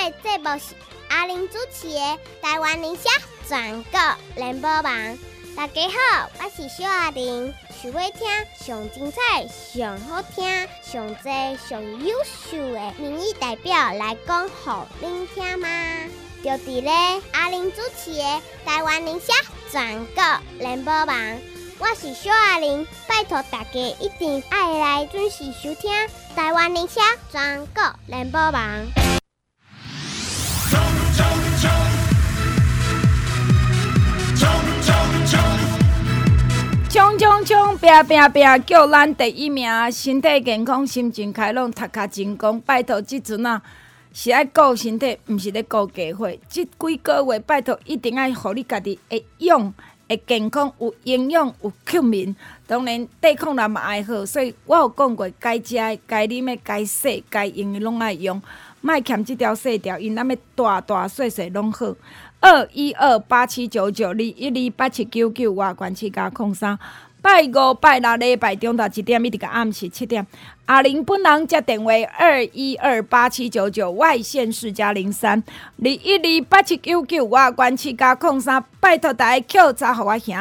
的节目是阿玲主持的《台湾人社全国联播网》。大家好，我是小阿玲。想要听上精彩、上好听、上多、上优秀的民意代表来讲给您听吗？就伫咧阿玲主持的《台湾人社全国联播网》。我是小阿玲，拜托大家一定要来准时收聽台灣人社全國聯播網。 衝衝衝，拼拼拼，叫咱第一名，身體健康，心情開朗，讀卡成功。拜托，即陣啊，是愛顧身體，毋是咧顧家伙。即幾個月，拜托一定愛互你家己會用。會健康、有營養、有吸面，當然抵抗力嘛愛好，所以我有講過，該食的、該啉的、該洗、該用的攏愛用，莫欠即條細條，因咱要大大細細攏好。212879921128799外關7加03，拜五、拜六、禮拜中晝1點一直到暗時7點。阿玲本人接電話2128799外縣市加03，2128799外關7加03，拜託大家扣查互我兄。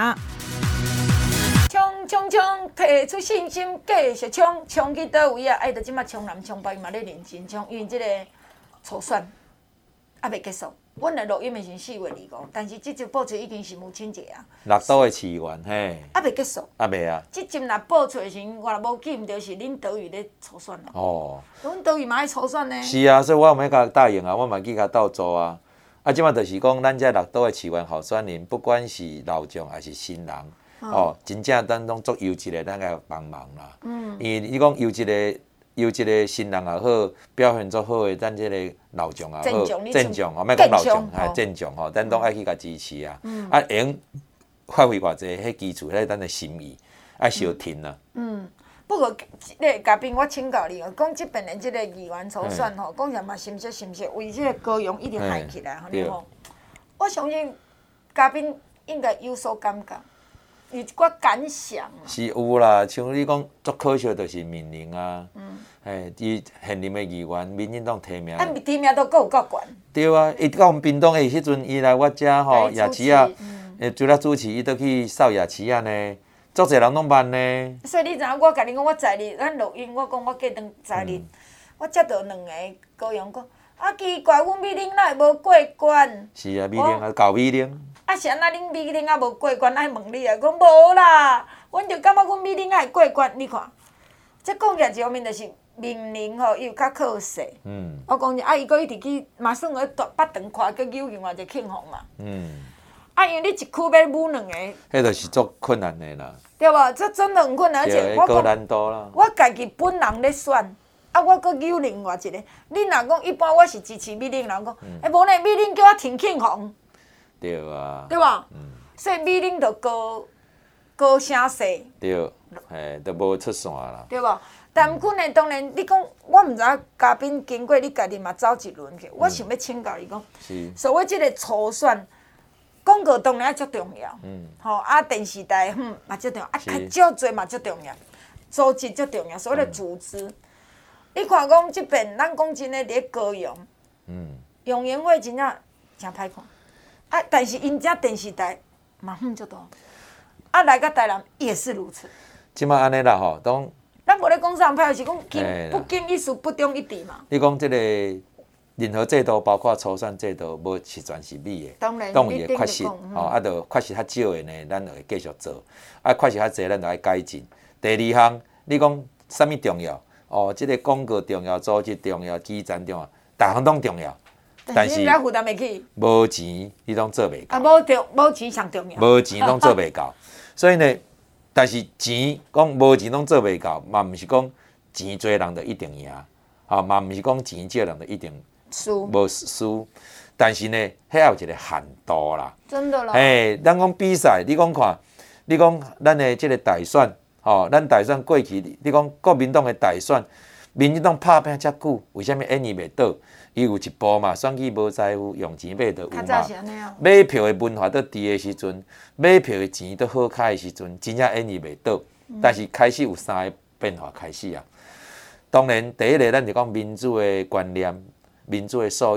衝衝衝，提出信心，繼續衝，衝去倒位啊！愛到即馬衝南衝北嘛咧認真衝，因為即個初選還未結束。阮來錄音的是4月25，但是即集播出已經是母親節啊。 六都的市員嘿， 還未結束。 還未啊。即集若播出的時，我若無記毋對，是恁島嶼咧初選咯。 哦。 阮島嶼嘛愛初選呢。 是啊，所以我有要甲答應啊，我嘛去甲鬥做啊。啊，即馬就是講，咱遮六都的市員候選人，不管是老將還是新人，哦，真正咱攏足優質的，咱來幫忙啦。因為你講優質的新人也好，表現足好的，咱即個老將也好，正將哦，莫講老將，正將吼，咱攏愛去甲支持啊。啊，用發揮偌濟，迄基礎，迄咱的心意，愛相挺啊。 不過，咧嘉賓，我請教你哦，講即邊的即個議員初選吼，講實嘛，是毋是為即個高雄一直害起來，吼？我相信嘉賓應該有所感覺。我感想是有啦，像你講足可惜就是民寧啊，伊現任的議員，民進黨提名， 提名都夠高懸。對啊，伊到我們屏東迄陣，伊來我遮吼夜市啊，除了主持，伊倒去掃夜市啊呢，足濟人攏捌呢。 所以你知影，我甲你講，我昨日咱錄音，我講我過當昨日，我接到2個高雄講，啊奇怪，阮美玲哪會無過關？ 是啊，美玲啊，舊美玲。 啊是安那恁美玲啊無過關，愛問你啊，講無啦，阮就感覺阮美玲啊會過關。你看，即講起來一方面就是民寧吼，伊有較靠勢。我講啊，伊佫一直去，嘛算個八長看去扭另外一個慶豐嘛。啊，因為你一區要舞2個， 迄就是足困難的啦。 對無？這真的很困難，而且我講，我家己本人咧選，啊，我佫扭另外一個。你若講一般，我是支持美玲，人講，無呢，美玲叫我挺慶豐。 對啊， 對吧？所以美玲就高聲勢。 對，都無出線啦。 對吧？但毋過呢，當然你講，我毋知影嘉賓經過你家己嘛走一輪去，我想要請教你講，所謂即個初選，廣告當然足重要，吼啊電視台嘛足重要，啊較少濟嘛足重要，組織足重要，所謂的組織。你看講即邊，咱講真誒，佇高雄，楊延惠真正誠歹看。啊！但是因遮電視台嘛足大，啊來到台南也是如此。 即馬安尼啦吼，當咱無咧講啥歹，是講不經一事不忠一地嘛。 你講即個任何制度，包括初選制度，無是全是美的，當然會缺失，啊，就缺失較少的呢，咱就會繼續做，啊，缺失較濟，咱就愛改進。第二項，你講啥物重要？哦，即個廣告重要，組織重要，基層重要，逐項攏重要。 但是負擔袂起， 無錢你攏做袂到。 無錢上重要。 無錢攏做袂到，所以呢，但是錢講無錢攏做袂到，嘛毋是講錢多人就一定贏，啊，嘛毋是講錢少人就一定無輸。但是呢，迄有一個限度啦。 真的啦。 咱講比賽，你講看，你講咱的即個大選，吼，咱大選過去，你講國民黨的大選，民進黨拍拼遮久，為蝦米演伊袂倒？伊有一部嘛，選舉無在乎，用錢買就有嘛。買票的文化都低的時陣，買票的錢都好開的時陣，真正演伊袂倒。但是開始有3個變化開始啊。當然，第一個咱就講民主的觀念、民主的素養，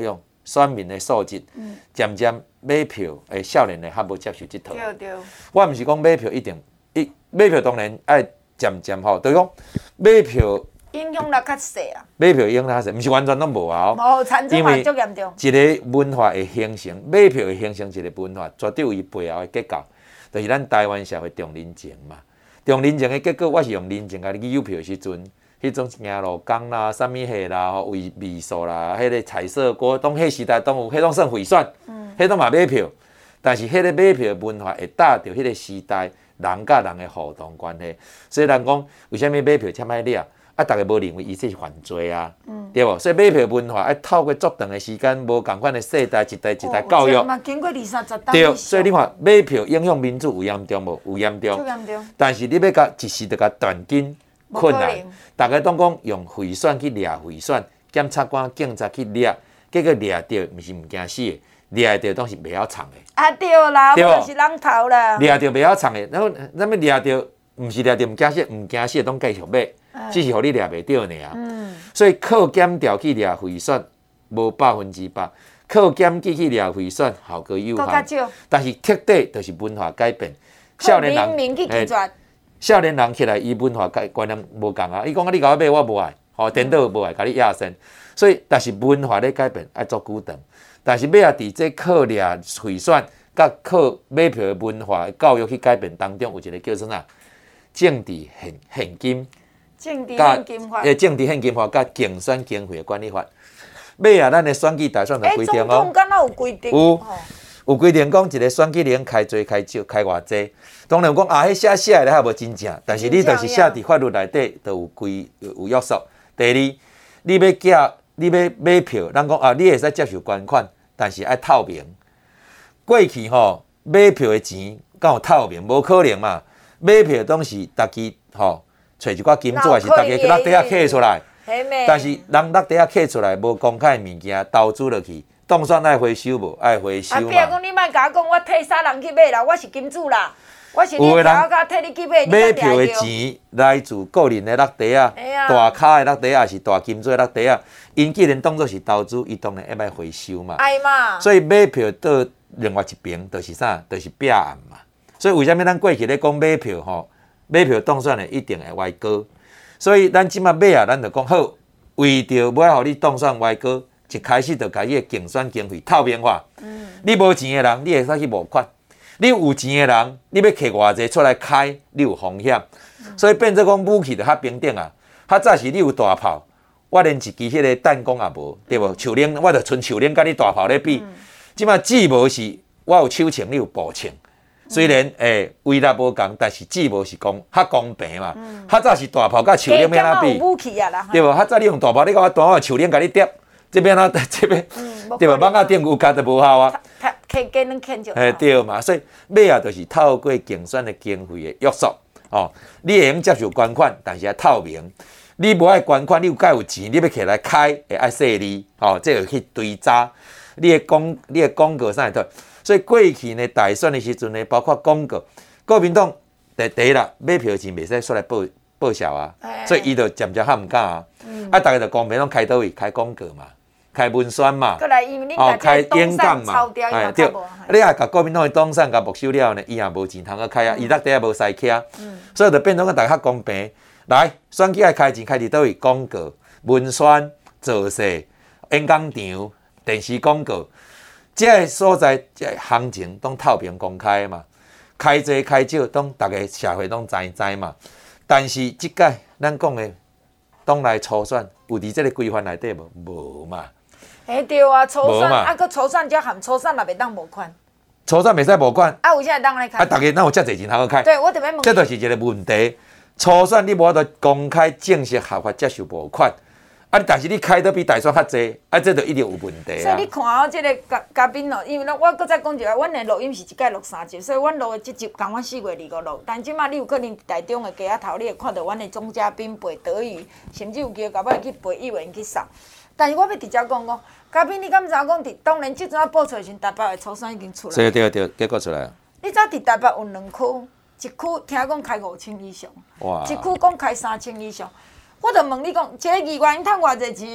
选民的素质，渐渐买票的少年的较无接受这套。 对对。 我毋是讲买票一定，买票当然爱渐渐吼，就是讲买票影响力较细啊。 买票影响较细，毋是完全拢无啊。 无产生嘛足严重。 一个文化会形成，买票会形成一个文化，绝对有伊背后的结构，就是咱台湾社会重人情嘛。重人情的结果，我是用人情甲你去邮票的时阵。迄种行路工啦、啥物货啦、为味素啦、迄个彩色锅，当迄时代当有，迄种算贿选，迄种嘛买票。但是迄个买票文化会搭着迄个时代人甲人的互动关系。所以人讲为虾米买票忝爱掠？啊，逐个无认为伊这是犯罪啊，对无？所以买票文化爱透过足长的时间，无共款的世代一代一代教育。 嘛经过20-30代。 对，所以你看买票影响民主有严重无？有严重。 严重。 但是你要甲一时就甲断根。困难，大家拢讲用贿选去掠贿选，检察官、警察去掠，结果掠到毋是毋惊死的，掠到拢是袂晓藏的。 啊对啦，无就是人头啦。掠到袂晓藏的，然后咱要掠到，毋是掠到毋惊死，毋惊死拢继续买，只是互你掠袂到尔。所以靠检调去掠贿选，无100%，靠检举去掠贿选效果有限。但是彻底就是文化改变， 少年人少年人起来，伊文化观念无共啊！伊讲你甲我买，我无爱，吼，颠倒无爱，甲你压身。所以，但是文化咧改变爱做久长。但是要伫这靠掠贿选，甲靠买票的文化教育去改变当中，有一个叫做啥？政治现金。 政治现金法。 政治现金法甲竞选经费的管理法。尾啊，咱的选举大选就规定哦。 总统敢若有规定？ 有规定讲一个选举能开多开少开偌济，当然讲迄写的还无真正，但是你就是写伫法律内底都有约束。第二，你要买票，咱讲你会使接受捐款，但是爱透明。过去买票的钱敢有透明？无可能嘛！买票当时家己找一寡金主，还是大家落底下刻出来。但是人落底下刻出来无公开的物件，投资落去。当选爱回收无？爱回收嘛。 比如讲，你莫甲我讲，我替啥人去买啦？我是金主啦，我是你条甲替你去买。 买票的钱来自个人的落地啊，大咖的落地啊，是大金主的落地啊。因既然当作是投资，伊当然要回收嘛。 哎嘛。所以买票到另外一边，就是啥？就是弊案嘛。所以为什么咱过去咧讲买票买票当选的一定会歪高。所以咱即马买啊，咱就讲好，为着要互你当选歪高。一开始就甲伊个竞选经费透明化。你无钱的人，你会使去募款；你有钱的人，你要摕偌济出来开，你有风险。所以变做讲武器就较平等啊。较早是你有大炮，我连一支迄个弹弓也无，对无？手链我就剩手链，甲你大炮咧比。即马只无是，我有手枪，你有步枪。虽然威力无共，但是只无是讲较公平嘛。较早是大炮甲手链要哪比？对无？较早你用大炮，你甲我弹，我手链甲你叠。这边这边对吧？网仔顶有加就无效啊。对嘛，所以买啊，就是透过竞选的经费的约束哦。你会用接受捐款，但是要透明。你无爱捐款，你有介有钱，你要起来开，会爱势利哦，这个去追查。你的广告啥会得？所以过去呢，大选的时阵呢，包括广告，国民党第一啦，买票钱袂使出来报销啊，所以伊就渐渐较毋敢啊。大家就公平拢开倒位，开广告嘛。开文宣嘛，开演讲嘛，对。你也甲国民党的党产甲没收了呢，伊也无钱通去开啊，伊落底也无使开，所以就变成大家较公平。来，选举爱开钱开伫倒位？广告、文宣、造势、演讲场、电视广告，这个所在这个行情都透明公开嘛，开多开少，都大家社会都知嘛。但是即届咱讲的党内初选，有伫这个规范内底无嘛？ 对啊，初选佫初选才含初选也袂当募款。 初选袂使募款。 有啥会当来开？ 大家哪有遮侪钱通去开？ 对，我特别问。 这就是一个问题。初选你无法度公开正式合法接受募款，但是你开得比大选较济，这就一定有问题所以你看这个嘉宾因为我搁再讲一下，阮的录音是一届录3集，所以阮录的这集共阮4月25录，但即马你有可能台中的街仔头，你会看到阮的总嘉宾陪德语，甚至有机会甲我去陪议员去送。但是我要直接讲，嘉宾，你敢知影讲？当然，即阵啊报出来时，台北的初选已经出来。 对，结果出来。 你知伫台北有2区，一区听讲开5000以上，一区讲开3000以上。我就问你讲，一个议员因趁偌济钱？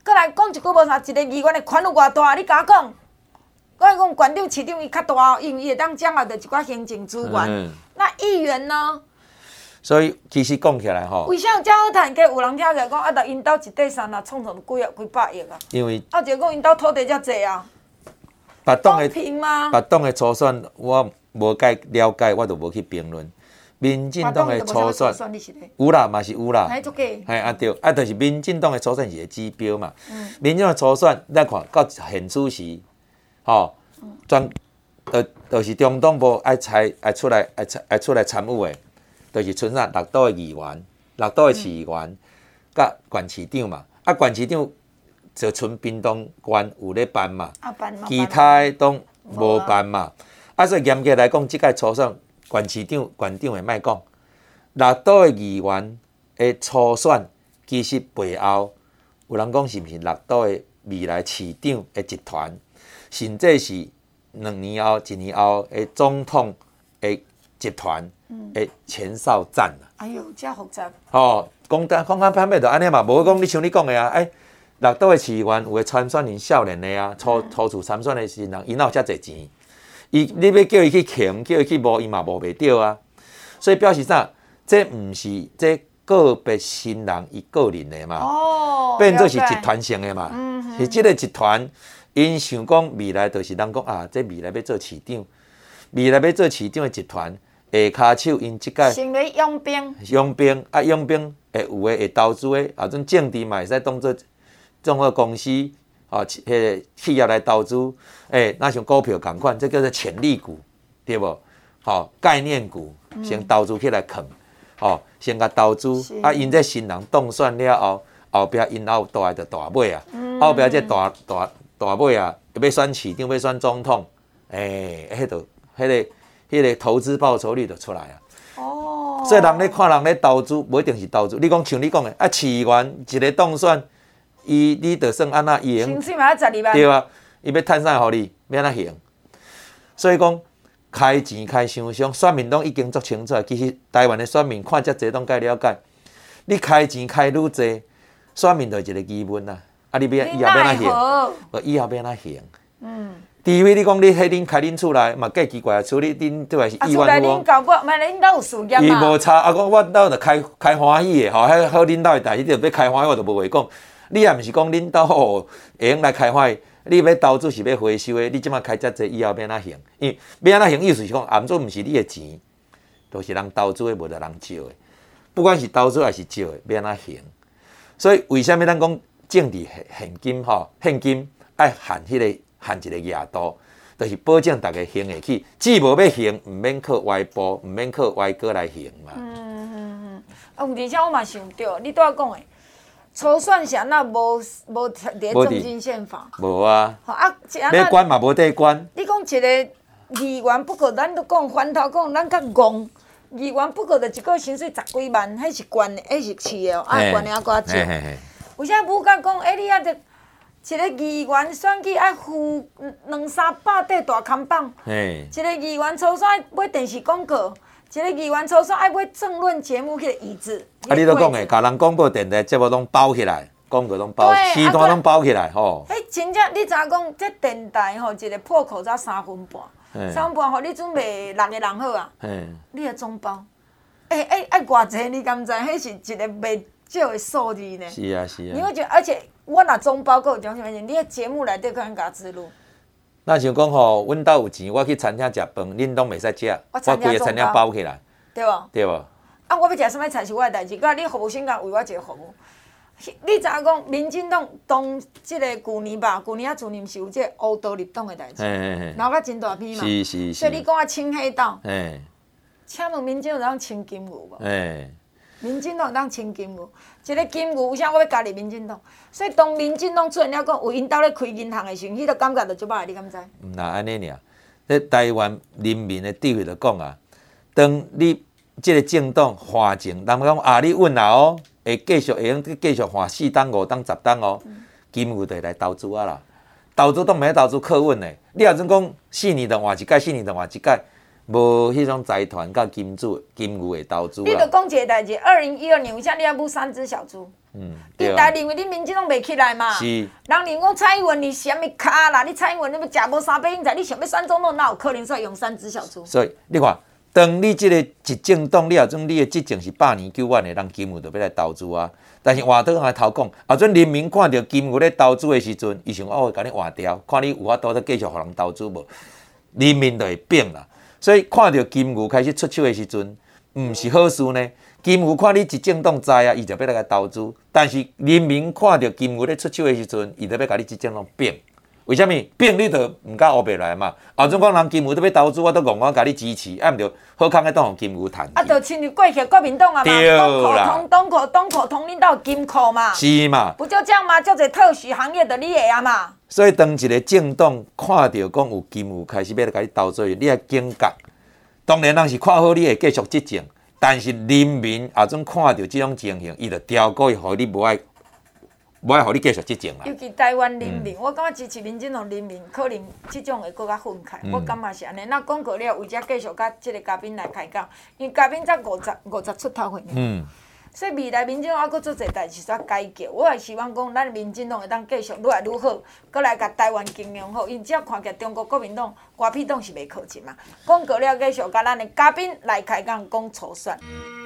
过来讲一句无啥，一个议员的权有偌大？你甲我讲。我讲县长、市长伊较大，因为伊会当掌握着一寡行政资源。那议员呢？ 所以其实讲起来吼， 为啥有遮好趁价？有人听着讲啊，但因兜一块山啊，创造几百亿啊。 因为啊，就讲因兜土地遮济啊。公平吗？ 别党的初选我无了解，我就无去评论。民进党的初选有啦，嘛是有啦。嘿啊对，啊，就是民进党的初选是个指标嘛。民进党的初选，咱看到现此时，吼，就是中党部爱出来参与的，就是剩下六都的议员、六都的市议员，甲县市长嘛。啊，县市长就剩屏东县有咧办嘛，其他的都无办嘛。啊，所以严格来讲，即届初选，县市长、县长会莫讲，六都的议员的初选，其实背后有人讲是毋是六都的未来市长的集团，甚至是1年后的总统的集团的前哨战啦。 哎呦，遮复杂。 哦，讲歹尾就安尼嘛，无讲你像你讲的啊，六都的市议员有个参选人少年的啊，初次参选的新人，伊哪有遮侪钱？你要叫伊去穷，叫伊去摸，伊嘛摸袂着啊。所以表示啥？这毋是这个别新人伊个人的嘛，变做是集团性的嘛。是即个集团，因想讲未来就是人讲啊，这未来要做市长，未来要做市长的集团下骹手因即届成为佣兵， 佣兵会有诶会投资诶，啊种政治嘛会使当做公司迄个企业来投资，那像股票共款，这叫做潜力股，对无？概念股先投资起来啃，先甲投资，因这新人当选了后，后壁因后大来就大尾啊，后壁这大尾啊，要选市长，要选总统，迄个投资报酬率就出来啊。所以人咧看人咧投资，无一定是投资。你讲像你讲的，市议员一个当选，你就算安那伊用， 薪水嘛要12万。 对啊，伊要趁啥互你？要安怎行？所以讲开钱开伤伤，选民拢已经足清楚。其实台湾的选民看遮济拢该了解，你开钱开愈济，选民就一个疑问啦。啊，你要以后要安怎行？以后要安怎行？除非你讲你迄恁开恁厝内嘛，计奇怪啊！厝里恁对外是亿万富翁。 厝内恁搞不，嘛恁兜有事业嘛？ 伊无差，啊讲我兜就开欢喜的，吼，迄好恁兜的代志，你着要开欢喜，我就无话讲。你也毋是讲恁兜好会用来开欢喜，你要投资是要回收的，你即马开遮济，以后要安怎行？因为要安怎行，意思是讲，暗做毋是你的钱，都是人投资的，无得人借的。不管是投资还是借的，要安怎行？所以为什么咱讲政治现金现金爱限一个额度，就是保证大家行会起。只无要行，毋免靠歪步，毋免靠歪歌来行嘛。 而且我嘛想到，你拄仔讲的，初选是安那无伫咧政经宪法。 无啊。 要管嘛无得管。 你讲一个议员，不过咱都讲翻头讲，咱较戆。议员不过就一个薪水10几万，迄是悬的，迄是市的哦，悬的还寡少。为啥武甲讲？你啊着？一个议员选举爱付200-300块大扛棒，一个议员初选爱买电视广告，一个议员初选爱买政论节目迄个椅子。 你都讲诶，甲人广播电台节目拢包起来，广告拢包，时段拢包起来吼。 真正你知影讲，这电台吼一个破口才3分半，吼你准备6个人好啊，你个总包，爱偌济？你敢知？迄是一个袂少的数字呢。 是啊是啊。 因为而且。我若总包有种啥物事？你个节目内底可能甲植入。 那像讲吼，阮兜有钱，我去餐厅食饭，恁拢袂使食，我规个餐厅包起来， 对无？ 对无？ 啊，我要食啥物菜是我的代志，甲你服务生甲为我一个服务。你知影讲，民进党当即个旧年吧，旧年啊，自任是有即个乌道入党的代志，闹甲真大篇嘛。 是。 所以你讲啊，清黑道。请问民进党当清金牛无？民进党当清金牛，一个金牛，为啥我要加入民进党？所以当民进党出现了讲，有因兜咧开银行的时候，迄个感觉就足歹，你敢知？ 毋那安尼尔，这台湾人民的智慧就讲啊，当你即个政党换政，人讲啊，你稳啦哦，会继续换4档、5档、10档哦，金牛就会来投资啊啦。投资当然投资靠稳的，你若真讲4年就换一届，4年就换一届。无迄种财团甲金牛的投资啦。 你著讲一个代志，2012年为啥你要买3只小猪？ 因大认为你民进党袂起来嘛。 是。 人认讲蔡英文你是啥物卡啦？你蔡英文你要食无300英才，你想要选总统，哪有可能说用3只小猪？ 所以你看，当你即个执政党，你也准你的执政是100年9万的，人金牛就要来投资啊。但是换倒来头讲，后阵人民看到金牛咧投资的时阵，伊想我会甲你换掉，看你有法度再继续互人投资无，人民就会变啦。所以看到金牛开始出手的时阵，毋是好事呢。金牛看你执政党知啊，伊就要来甲投资。但是人民看到金牛咧出手的时阵，伊就要甲你执政党变。为什么变你就唔敢乌白来嘛？后阵讲人金牛都要投资，我都戆甲你支持，毋着好康个当互金牛趁。 就亲像过去国民党啊嘛，东口通恁到金库嘛。 是嘛？ 不就这样吗？就这特许行业的你会啊嘛。 所以当一个政党看到讲有金牛开始要来甲你投资，你要警觉。当然人是看好你会继续执政，但是人民后阵看到这种情形，伊就调过去，互你无爱互你继续执政啦。 尤其台湾人民，我感觉支持民进党人民，可能这种会更较愤慨。我感觉是安尼。那讲过了，为则继续甲这个嘉宾来开讲，因为嘉宾才50出头岁。所以未来民进党还佫做侪代志煞改革，我也希望讲咱民进党会当继续愈来愈好，佫来甲台湾经营好。因只要看起来中国国民党、瓜屁党是袂靠近嘛。讲过了，继续甲咱的嘉宾来开讲讲初选。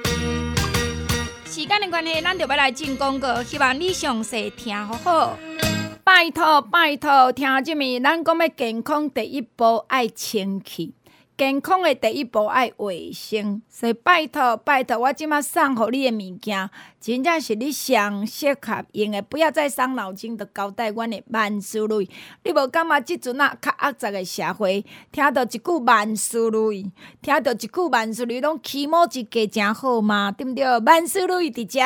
时间的关系，咱就要来进广告，希望你详细听好好。拜托，听这物，咱讲要健康第一步爱清气。健康的第一步爱卫生，所以拜托，我即马送互你的物件，真正是你上适合用的，不要再伤脑筋的交代阮的万事如意。你无感觉即阵啊，较恶杂的社会，听到一句万事如意，拢起毛一家真好嘛，对毋对？万事如意伫遮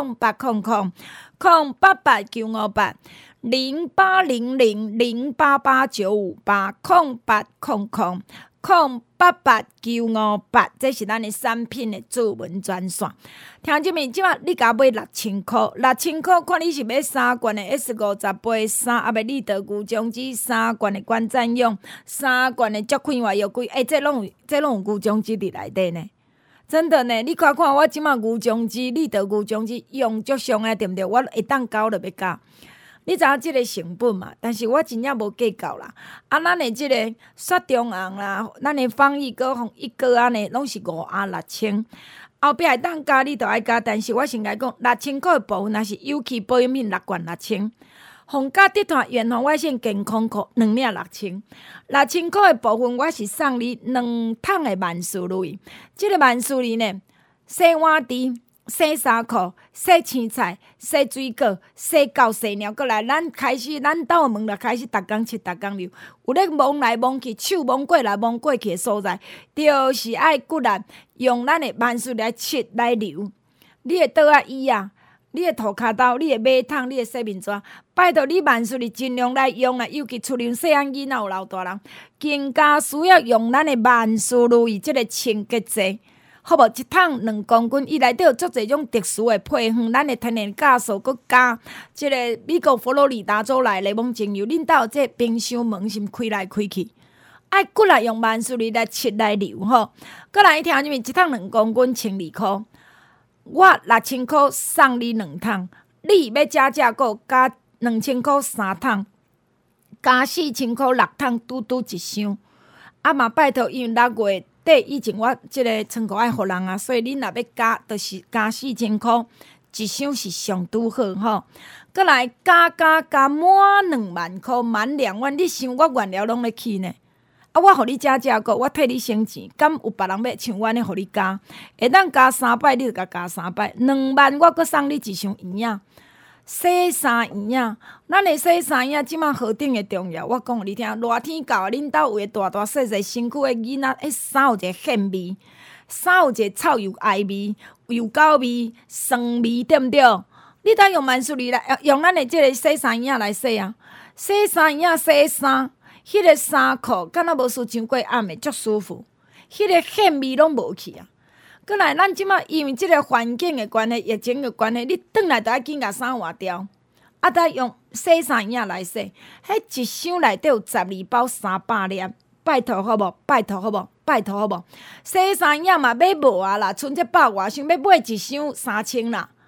0800-088-958。0800-088-958，0800-088-958，这是咱的产品的主文专线。听即面，即马你甲买6000块，6000块看你是要3罐的 S50杯3阿袂利得牛种子，3罐的关赞用，3罐的足快活药柜，这拢有牛种子伫内底呢。真的呢，你看看我即马牛种子，利得牛种子用足上的，对毋对？我一当交就要交。你知影即个成本嘛？但是我真正无计较啦。咱的即个雪中红啦，咱的防疫膏、1个安尼，拢是56000。后壁会当加，你就爱加。但是我先来讲，6000块的部分，若是有机保养品6罐6000，红加地团元红外线健康裤2领6000。6000块的部分，我是送你2桶的万事如意。即个万事如意呢，洗碗池。洗衫裤、洗青菜、洗水果、洗狗、洗猫，过来，咱兜的门就开始逐工切、逐工流。有咧摸来摸去，手摸过来摸过去的所在，就是爱骨力用咱的万事来切来流。你的桌仔椅啊，你的涂骹刀、你的马桶、你的洗面纸，拜托你万事你尽量来用啊！尤其厝里细汉囡仔有老大人，更加需要用咱的万事如意即个清洁剂。好无？1桶2公斤，伊内底有足侪种特殊的配方，咱的天然酵素，佮加即个美国佛罗里达州来柠檬精油。恁兜这冰箱门是开来开去，爱骨力用万事如意来切来流吼。佮来听入面1桶2公斤12块，我6000块送你2桶，你要加购加2000块3桶，加4000块6桶，拄一箱。嘛拜托，因为6月。以前我即个仓库爱互人啊，所以恁若要加，就是加4000块，一箱是上拄好吼。搁来加满2万块，满2万，你想我原料拢咧去呢？我互你加购，我替你省钱，敢有别人要像我安尼互你加？会当加3摆，你就加3摆，2万我搁送你一箱圆仔。洗衫圆仔，咱的洗衫圆仔即马好顶的重要。我讲互你听，热天到，恁兜有个大细身躯的囡仔，衫有一个咸味，衫有一个臭油艾味、油膏味、酸味，对毋对？你当用万事如意来用咱的即个洗衫圆仔来洗啊！洗衫圆仔洗衫，迄个衫裤敢若无输上过暗的，足舒服，迄个咸味拢无去啊！过来，咱即马因为即个环境的关系、疫情的关系，你转来就要紧甲衫换掉，再用洗衫圆仔来洗，迄一箱内底有12包300粒，拜托好无？拜托好无？洗衫圆仔嘛买无啊啦，剩这100外箱，要买一箱3000啦，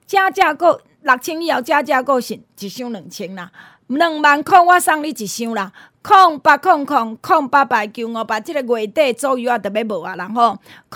加价购6000以后加价购是1箱2000啦，2万块我送你1箱啦。0800085898，即个月底左右就要无啊，人吼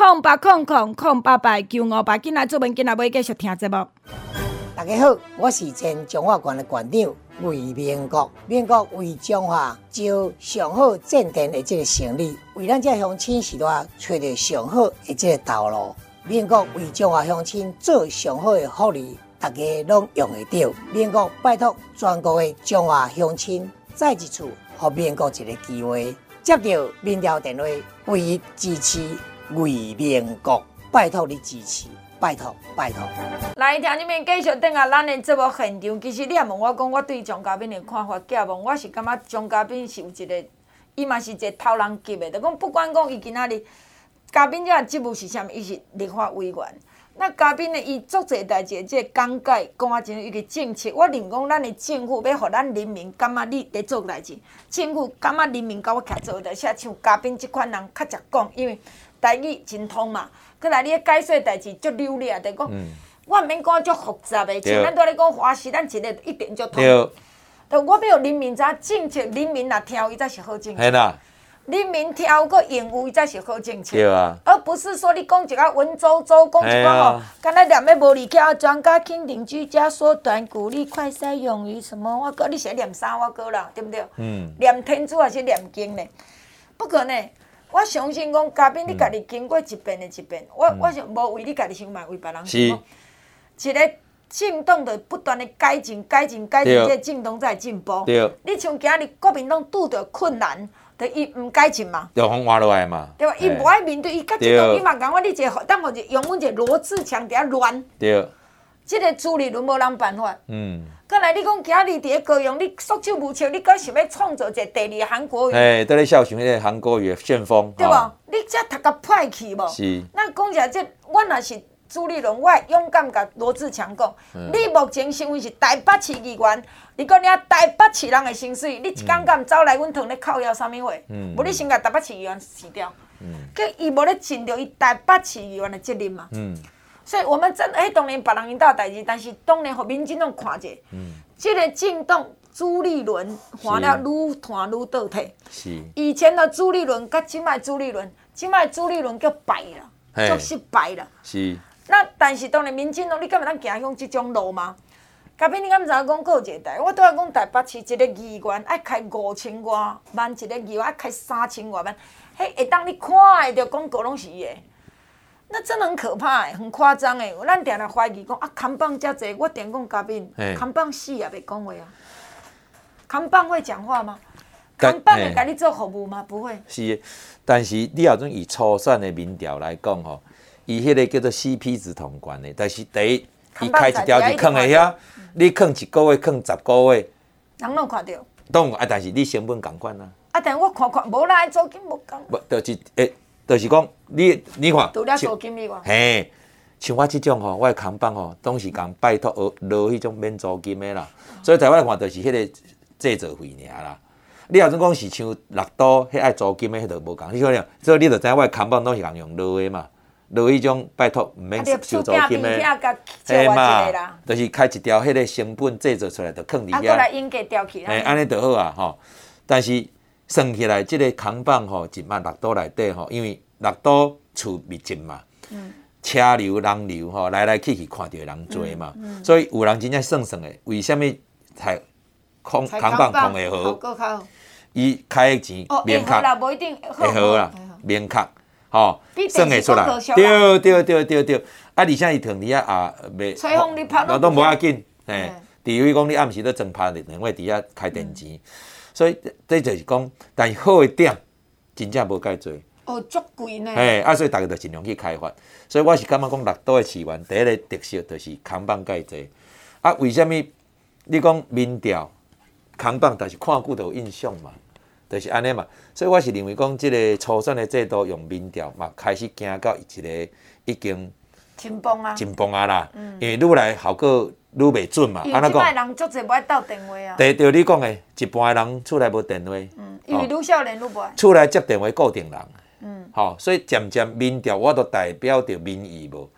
0800085898，紧来做文，紧来要继续听节目。 大家好，我是前中华县的县长魏明国。民国为中华招上好正电的这个成立，为咱这乡亲时代找到上好的这个道路。民国为中华乡亲做上好的福利，大家拢用得到。民国拜托全国的中华乡亲，再一次给民国一个机会，接到民调电话，唯一支持魏明国，拜托你支持。拜托，拜托！ 来，听你们继续等下咱的节目现场。其实你也问我讲，我对张嘉宾的看法，假问我是感觉张嘉宾是有一个，伊嘛是一个头人级的。就讲不管讲伊今仔日嘉宾这职务是啥物，伊是立法委员。那嘉宾呢，伊做侪代志，即个讲解、讲真一个政策，我认讲咱的政府要互咱人民感觉你伫做代志，政府感觉人民甲我徛做代志，像嘉宾即款人较食讲，因为台语真通嘛。过来，你咧解说代志足流利啊！就讲，我毋免讲足复杂的，像咱拄咧讲华视，咱一个一定足通。就我要人民知政策，人民若听伊才是好政策。人民听有个用伊才是好政策。对啊。而不是说你讲一个文绉绉，讲一个吼，敢若念咧无理巧，专家肯定居家缩短，鼓励快筛用于什么？我讲你是念啥？我讲啦，对不对？念天主还是念经呢？不可能。我相信讲，嘉宾你家己经过一遍的一遍，我是无为你家己想，嘛为别人想。一个政党就不断的改进，这个政党才会进步。你像今日国民党拄着困难，就伊唔改进嘛。就互换落来嘛。对吧？伊无爱面对，伊甲一党伊嘛讲我，你一个等我用阮一个罗志强伫遐乱。对。即个朱立伦无人办法。再来，你讲今日伫咧高雄，你束手无策，你搁想要创造一个第二韩国瑜？ 在咧效想迄个韩国瑜的旋风， 对无？你这读甲歹去无？是。咱讲起来，这我若是朱立伦，我会勇敢甲罗志强讲，你目前身为是台北市议员，你讲你台北市人的薪水，你一天敢走来阮堂咧靠腰啥物话？无你先甲台北市议员辞掉。佮伊无咧尽着伊台北市议员的责任嘛？所以我们真当然别人因兜代志，但是当然互民进党看者，这个政党朱立伦换了愈换愈倒退。是。以前的朱立伦，甲即摆朱立伦，即摆朱立伦叫败啦，足失败啦。是。那但是当然民进党，你敢会当行向即种路吗？嘉宾，你敢知影讲过一个代？我拄仔讲台北市一个议员爱开5000多万，一个议员爱开3000多万，迄会当你看会着广告拢是伊的。那真的很可怕很夸张咱定定怀疑讲扛棒遮济，我定讲嘉宾，扛棒死也袂讲话啊。扛棒会讲话吗？扛棒会甲你做服务吗？不会。是， 但是你若种以初选的民调来讲吼，伊迄个叫做 CP 值同悬的，但是第一，伊开一条就囥在遐，你囥1个月，囥10个月， 人拢看到。 当然但是你成本共款啊。 但我看无啦，租金无共。 无，就是讲，你看， 除了租金以外， 嘿，像我即种吼，我的扛棒吼，拢是共拜托落迄种免租金的啦。所以在我来看，就是迄个制作费尔啦。你若种讲是像6都迄爱租金的，迄就无共。你可能，所以你就知影我的扛棒拢是共用落的嘛，落迄种拜托毋免收租金的。嘿嘛，就是开一条迄个成本制作出来，就囥伫遐。 过来应价调起来。 安尼就好啊吼。但是算起来，即个扛棒吼，一万6都内底吼，因为6都厝密集嘛，车流人流吼，来来去去看到人多嘛，所以有人真正算的，为虾米才扛棒扛会好？伊开的钱免卡，会好啦，免卡，吼，算会出来。对，而且伊thường伫遐袂， 吹风你拍都无要紧，嘿，除非讲你暗时咧装拍两位伫遐开电钱。所以这就是讲，但是好的点真正无介多。 足贵呢。 所以大家就尽量去开发。所以我是感觉讲6都的市员第一个特色就是扛棒介济。为什么你讲民调扛棒，但是看久就有印象嘛，就是安尼嘛。所以我是认为讲，这个初选的制度用民调嘛，开始行到一个已经真崩啊啦。因为愈来效果愈袂准嘛， 安怎讲？因为即摆人足侪无爱斗电话啊。 对你讲的，一般的人厝内无电话。 因为愈少年愈无爱。 厝内接电话固定人。所以渐渐民调我都代表着民意无。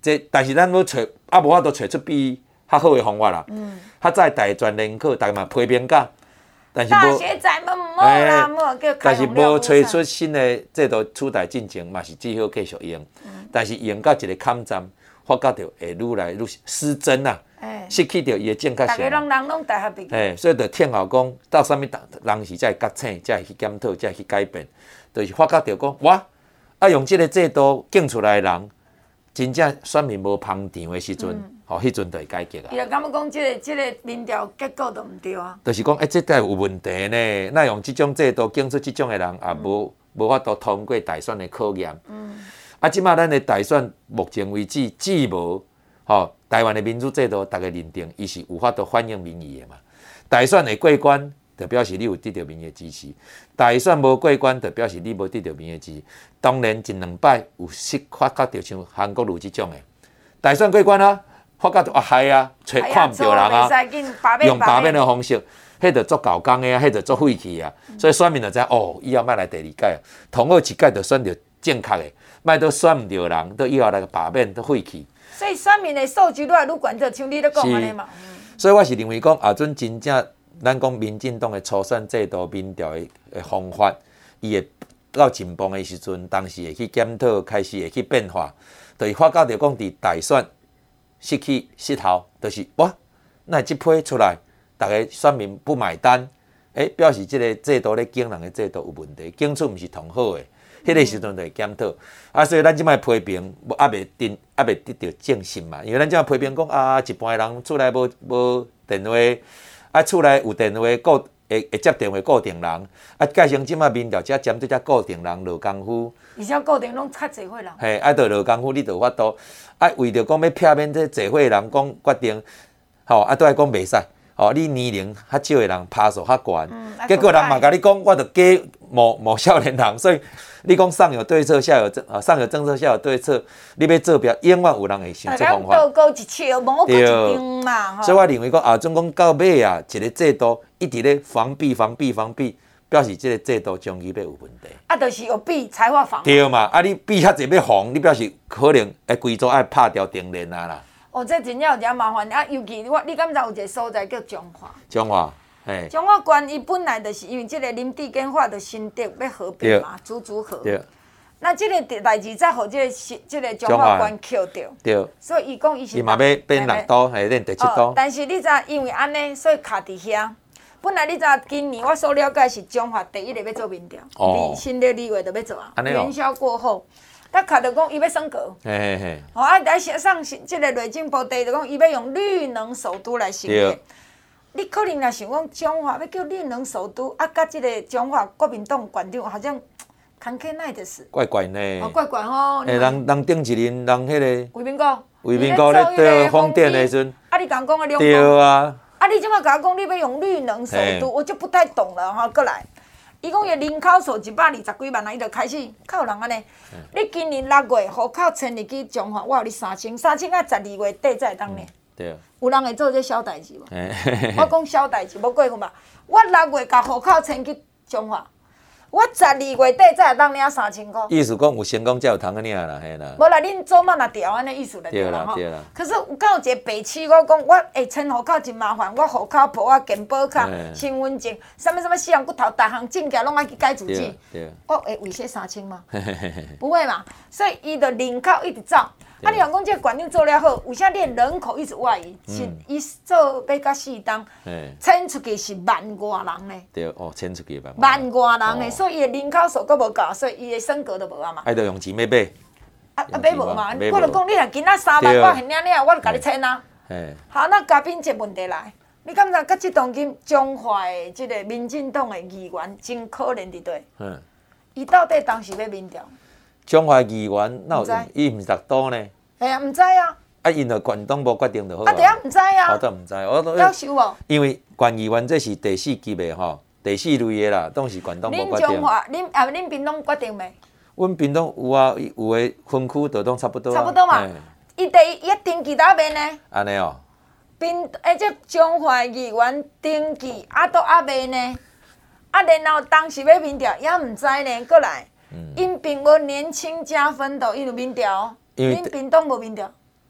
但是咱要找无法度找出比较好的方法啦。较早大专联考，大家嘛批评假，但是大学仔们无啦，无叫但是无推出新的制度取代进程，嘛是只好继续用。但是用到一个坎站，发觉到会愈来愈失真啊，失去到伊的正确性。 大家人拢大学毕业。 所以就听候讲到啥物人时才会觉醒，才会去检讨，才会去改变，就是发觉到讲哇，用即个制度竞出来的人，真正选民无捧场的时阵，迄阵就会改革啊。 伊就感觉讲即个民调结果都毋对啊。 就是讲，这个有问题呢。那用即种制度竞出即种的人，也无法度通过大选的考验。即马咱的大选目前为止，只无台湾的民主制度，大家认定伊是有法度反映民意的嘛。大选会过关，就表示你有得到民意的支持；大选无过关，就表示你无得到民意的支持。当然，一两摆有发觉到像韩国瑜即种的，大选过关啊，发觉到害啊，看毋到人啊，用罢免的方式，迄就做搞工的啊，迄就做废弃啊。所以选民就知以后莫来第二届，同学一届就选到正确的。莫都选唔到人，都以后来个罢免都废弃。 所以选民的素质愈来愈悬，就像你咧讲安尼嘛。 所以我是认为讲，阵真正咱讲民进党的初选制度、民调的方法，伊会到进步的时阵，当时会去检讨，开始会去变化，就是发觉到讲伫大选失去势头，就是哇，那即批出来，大家选民不买单，表示即个制度咧经人的制度有问题，经出毋是同好的。迄个时阵就会检讨，所以咱即摆批评，还袂得到正信嘛。因为咱即摆批评讲一般人厝内无电话，厝内有电话会接电话固定人，改成即摆民调只针对只固定人落功夫。 而且固定拢较侪岁人。 就落功夫，你就有法度，为着讲要避免这侪岁人讲决定，都爱讲袂使。你年龄较少的人趴数较悬，结果人嘛甲你讲，我着假某少年人，所以你讲上有对策，下有政策，下有对策，你要做表，永远有人会想出方法。 道高一尺，魔高一丈嘛。 所以我认为讲总讲到尾啊，一个制度一直咧防弊，表示这个制度长期要有问题。 就是有弊才会防。 对嘛，你弊较侪要防，你表示可能会规组爱拍掉停电啊啦。 这真正有点麻烦尤其你敢知有一个所在叫中华？ 中华县，伊本来就是因为这个林地建化的新竹要合并嘛，竹河。对。那这个代志才互这个中华县扣掉。对。所以伊讲伊是。 伊嘛要变6都，练第7都。 但是你知因为安尼，所以卡伫遐。本来你知今年我所了解是中华第一个要做民调，新的2月就要做啊。元宵过后。他卡着讲，伊要升格。来上这个内政部地就讲，伊要用绿能首都来形容。你可能若想讲中华要叫绿能首都，甲这个中华国民党县长好像坎坷奈的事。 怪怪呢。 怪怪吼。 人顶一年，人迄个。 卫民国咧对风电的时阵。 你讲个两。 对啊。 你即马甲我讲，你要用绿能首都，我就不太懂了过来。伊讲伊人口数120几万人，伊就开始较有人安尼。你今年6月户口迁入去中华，我有你3000啊，12月底才会当呢。对。有人会做这小代志无？我讲小代志，无过分吧？我6月甲户口迁去中华，我12月底才会当领3000块。 意思讲有成功才有通个领啦，嘿啦。 无啦，恁做嘛若调安尼意思就对啦吼。可是有敢有一个白痴，我讲我迁户口真麻烦，我户口簿、健保卡、身份证，什么死人骨头，逐项证件拢爱去改自己。我会为些3000吗？不会嘛，所以伊的人口一直走。你若讲这个县长做了好，为啥你人口一直外移？是伊做要到4档，迁出去是10000外人呢。 对，迁出去 10000外人呢，所以伊的人口数佫无够，所以伊的升格都无啊嘛。 着用钱要买。 买无嘛？我就讲你若今仔3万，我现领，我就甲你迁啊。好，那嘉宾这问题来，你感觉到这当今中华的这个民进党的议员真可怜伫对？伊到底当时要民调？ 中华议员哪有伊毋是6都呢？ 毋知啊。 因着县党无决定就好啊。 对啊，毋知啊。 我都毋知，我都。 要收无？ 因为县议员这是第4级的吼，第4类的啦，当时县党无决定。 恁中华，恁屏东决定未？ 阮屏东有啊，有诶分区都拢差不多。 差不多嘛。伊登记哪边呢？ 安尼哦。 这中华议员登记都未呢？然后当时要民调也毋知呢，过来。因并无年轻加分的，因有民调，恁屏东无民调。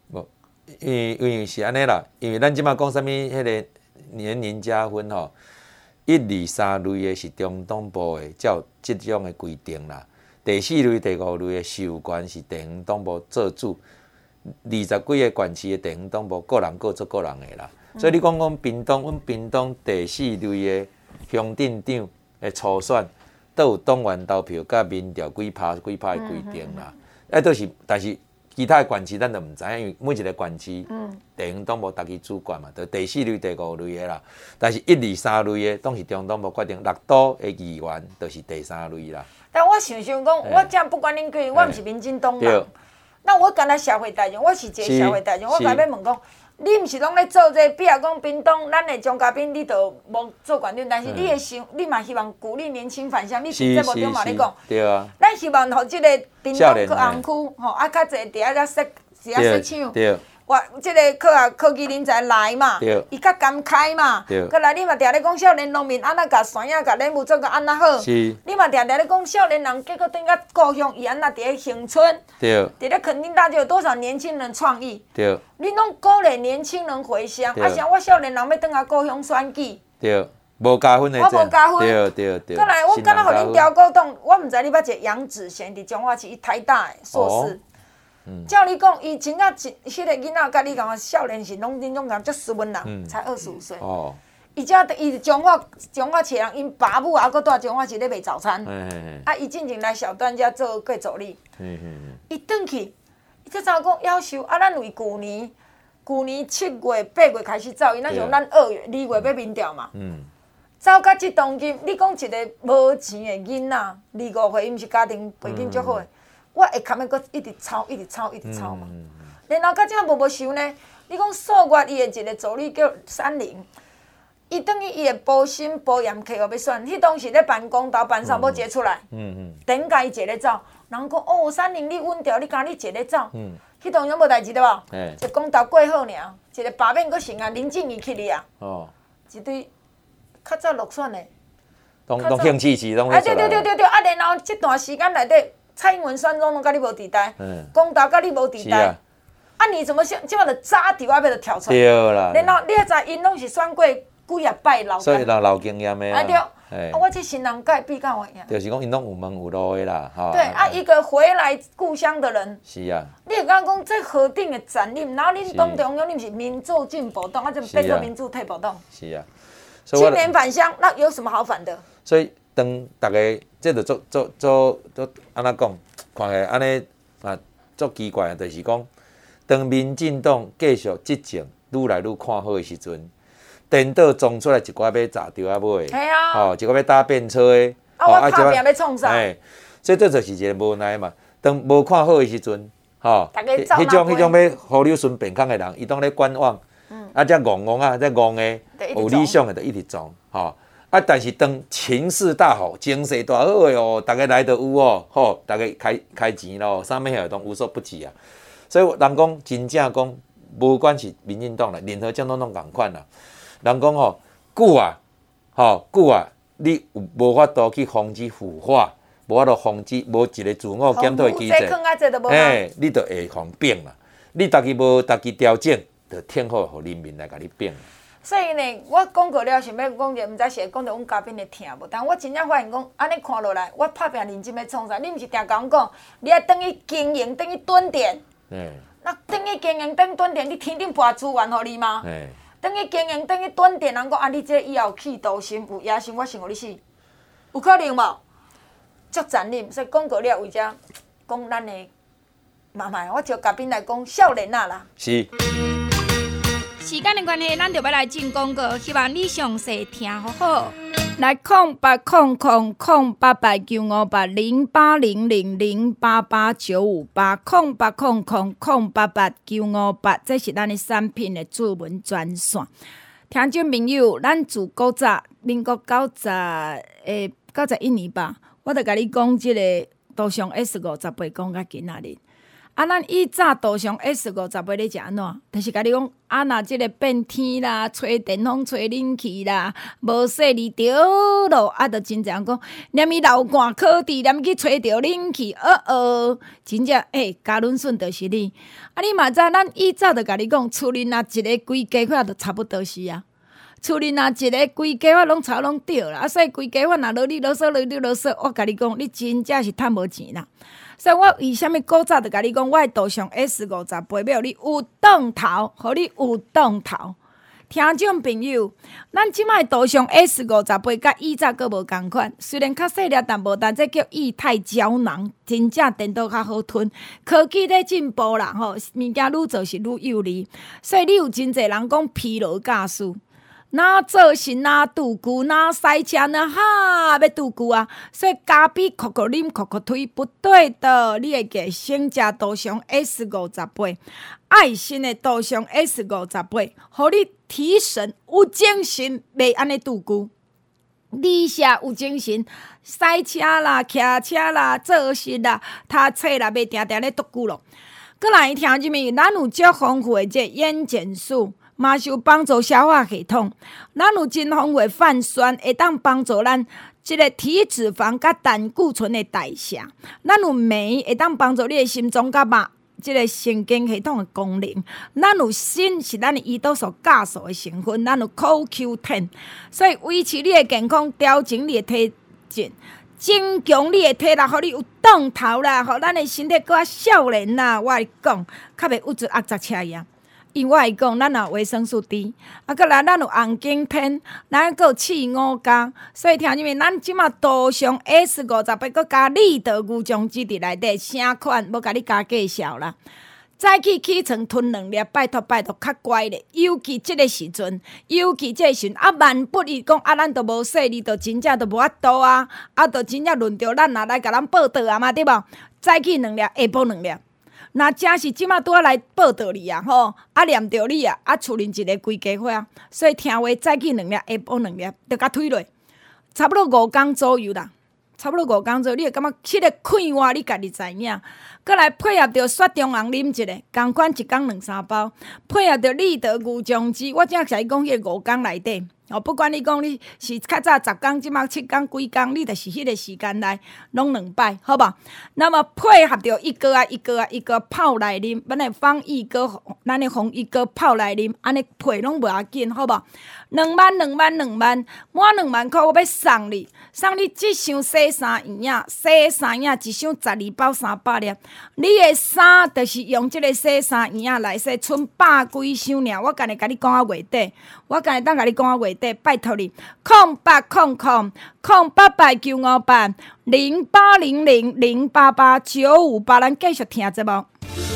因为是安尼啦，因为咱即摆讲啥物迄个年龄加分吼，1、2、3类的是中等部的，才有即种的规定啦。第4类、第5类的授权是地方党部做主，20几个县市的地方党部个人各做个人的啦。所以你讲屏东，阮屏东第4类的乡镇长的初选，都有党员投票甲民调几趴的规定啦。都是，但是其他的县市咱就毋知影，因为每一个县市地方党部家己主管嘛，就第4类、第5类的啦。但是1、2、3类的，当是中央党部决定，6都的议员就是第3类啦。 但我想讲，我这样不管恁几个，我毋是民进党人。那我干那社会大众，我是一个社会大众，我甲要问讲，你毋是拢咧做这？比如讲屏东，咱的张嘉宾你都无做县长，但是你的想，你嘛希望鼓励年轻返乡。你是这无对嘛？你讲， 对啊。 咱希望互即个屏东科行区吼，啊较侪伫遐设厂。哇，即个科技人才来嘛，伊较甘开嘛。过来你嘛定咧讲少年农民安怎甲山野甲任务做甲安怎好。你嘛定咧讲少年人，结果等甲故乡伊安怎伫咧乡村。伫咧垦丁大街有多少年轻人创意？你拢鼓励年轻人回乡，啊像我少年人要转来故乡选举。 无加分的。 我无加分。 对。 过来我敢若互恁调过动，我毋知你捌一个杨子贤伫中华市台大的硕士。照你讲，伊真啊，迄个囡仔甲你讲，少年时拢恁种讲足斯文人，才25岁。伊是中华市人，因爸母也搁住中华市咧卖早餐。啊，伊进前来小段遮做过助理。伊转去，伊才知影讲夭寿。啊，咱为旧年7月、8月开始走，因那像咱2月、2月要民调嘛。走到即当今，你讲一个无钱的囡仔，2、5岁，伊毋是家庭背景足好的。我会堪要搁一直抄嘛，然后到这无想呢？你讲数月伊的一个助理叫30，伊等于伊的保审保验客户要选，迄当时咧办公投办啥要一个出来，等甲伊一个走，人讲哦30你稳调，你讲你一个走，迄当时无代志对无？一公投过好尔，一个罢免搁成啊，林静怡去哩啊，一堆较早落选的， 拢兴趣是拢咧出来。对，啊然后这段时间内底。蔡英文选总统，甲你无地带，公投甲你无地带，啊你怎么即摆就早伫外面就跳出来？ 对啦。 然后你也知因拢是选过几啊摆老， 所以人老经验的啊。 对，啊我这新人甲比较有影。 就是讲因拢有门有路的啦，吼。 对啊，一个回来故乡的人。 是啊。 你会感觉讲这何等的残忍，然后恁党中央恁是民主进步党，啊，就变做民主退步党。 是啊。 青年返乡，那有什么好反的？ 所以。当大家这就做安怎讲？看起来安尼啊，足奇怪，就是讲，当民进党继续执政愈来愈看好的时阵，颠倒装出来一寡要砸掉啊买的，一寡要搭便车的， 我拍拼要创啥？ 所以这就是一个无奈嘛。当无看好的时阵，迄种要互你顺便康的人，伊当咧观望，遮戆啊，遮戆的，有理想的就一直装，但是当情势大好，经济大好的哦，大家来就有哦，吼，大家开钱咯，啥物事都无所不至啊。所以人讲真正讲，无管是民进党啦，任何政党拢共款啦。人讲久啊，你无法度去防止腐化，无法度防止无一个自我检讨的机制，你就会防变啦。你家己无家己调整，就天好互人民来甲你变。 所以呢，我讲过了，想要讲者，毋知是会讲到阮嘉宾的听无？但我真正发现讲，安尼看落来，我拍拼认真要创啥？你毋是定讲讲，你要等于经营，等于蹲点。那等于经营，等于蹲点，你天顶拨资源互你吗？等于经营，等于蹲点，人讲啊，你这以后有企图心、有野心，我想互你死，有可能无？足残忍，所以讲过了，为遮讲咱的慢慢，我招嘉宾来讲少年仔啦。 是。 时间的关系，咱就要来进广告，希望你详细听好好。来0800-088-958-088958，0800-088-958，这是咱的产品的主文专线。听众朋友，咱自古早民国91年吧，我著甲你讲，即个图像 S58讲到今仔日。 咱以早道上 S50咧是安怎？就是甲你讲，若即个变天啦，吹电风、吹冷气啦，无说离着咯，就真正讲，连伊流汗考试，连去吹着冷气，真正加润顺就是你。你嘛知，咱以早就甲你讲，厝里若一个规家伙就差不多是啊。厝里若一个规家伙拢吵拢对啦，所以规家伙若啰里啰嗦、啰里啰嗦，我甲你讲，你真正是趁无钱啦。所以我为虾米古早就甲你讲，我的道上 S50陪表你有档头，互你有档头。听众朋友，咱即摆道上 S50陪甲以早佫无共款，虽然较细粒，但无但这叫液态胶囊，真正电脑较好吞。科技在进步啦，物件愈做是愈有利，所以你有真侪人讲疲劳驾驶。哪做事哪拄久，哪塞车哪要拄久啊！所以咖啡口口啉口口推不对的，你会记先食道上 S50杯，爱心的道上 S50杯，互你提神有精神，袂安尼拄久。你写有精神，塞车啦、骑车啦、做事啦、读册啦，袂定定咧拄久咯。过来听入面，咱有足丰富的这烟碱素。嘛是有帮助消化系统，咱有真丰富的泛酸，会当帮助咱即个体脂肪甲胆固醇的代谢。咱有镁，会当帮助你的心脏甲肉即个神经系统的功能。咱有锌，是咱的胰岛素酵素的成分。咱有 CoQ10， 所以维持你的健康，调整你的体质，增强你的体力，互你有档头啦，互咱的身体搁较少年啦。我讲，较袂郁出压扎车样。因为我会讲，咱有维生素 D， 搁来咱有红景天，咱搁有刺五加，所以听入面，咱即马道上 S50杯，搁加利德牛浆汁伫内底，啥款无甲你加介绍啦。早起床吞2粒，拜托较乖咧。尤其即个时阵，万不伊讲咱都无说，你都真正都无法度啊，都真正轮到咱来甲咱报道啊嘛，对无？早起2粒，下晡2粒。那真是即马拄仔来报道你啊吼，念着你啊，厝里一个规家伙啊，所以听话早起2粒，下晡2粒，着甲推落，差不多5工左右啦。差不多5工左右，你会感觉迄个快活，你家己知影。搁来配合着雪中红啉一个，共款1工2-3包，配合着利德牛浆汁，我正是讲迄个5工内底。不管你讲你是较早10工，即马7工几工，你就是迄个时间内拢2摆，好无？那么配合着一个泡来啉，咱的放一个，咱的红一个泡来啉，安尼配拢无要紧，好无？2万，满2万块，我要送你即箱洗衫液，洗衫液一箱12包300粒，你的衫就是用即个洗衫液来洗，剩100几箱尔，我今日甲你讲到月底，拜托你0800-0800-0800-0800-0888-958，咱继续听节目。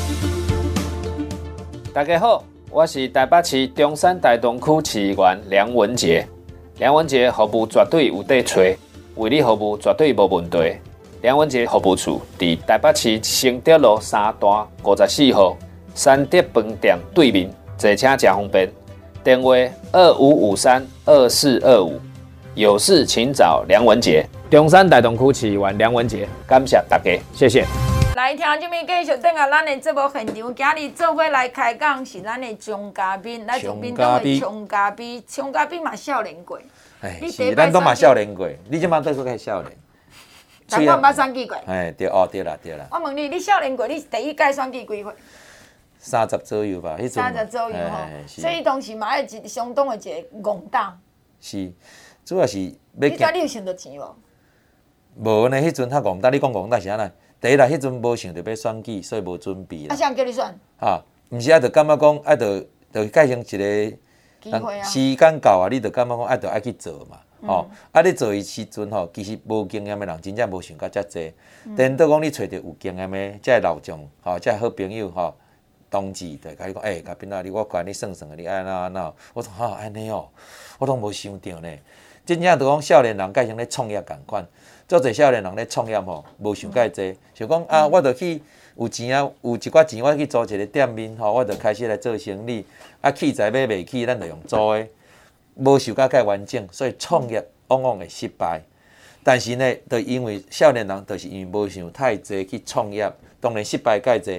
大家好，我是台北市中山大同区市议员梁文杰。梁文杰服务绝对有底找，为你服务绝对无问题。梁文杰服务处伫台北市承德路3段54号三德饭店对面，坐车真方便。电话25532425，有事请找梁文杰。中山大同区市议员梁文杰，感谢大家，谢谢。 来听这边继续等下咱的节目现场，今日做伙来开讲是咱的张嘉宾，来从屏东的张嘉宾嘛少年过。 是，咱都嘛少年过，你即摆倒出去少年。 但我毋捌选举过。 对啦。 我问你少年过，你第一届选举几岁 ？30左右吧，迄阵。 30左右吼，所以当时嘛爱一相当的一个戆胆。 是，主要是要。 你有想到钱无？ 无呢，迄阵较戆胆。你讲戆胆是安那？第一啦，迄阵无想着要选举，所以无准备啦。 谁叫你选？ 毋是就感觉讲着改成一个时间到啊，你就感觉讲着爱去做嘛。你做的时阵其实无经验的人真正无想到遮济。等到讲你找着有经验的，遮老将遮好朋友同志就甲你讲，嘉宾啊，我管你算算你安那，我说安尼哦，我拢无想到呢。真正就讲少年人改成咧创业共款，做侪少年人咧创业无想介济，想讲我着去有钱啊，有一寡钱，我去租一个店面我着开始来做生意。器材买袂起，咱着用租的，无想介完整，所以创业往往会失败。但是呢，就因为少年人，就是因为无想太济去创业，当然失败介济。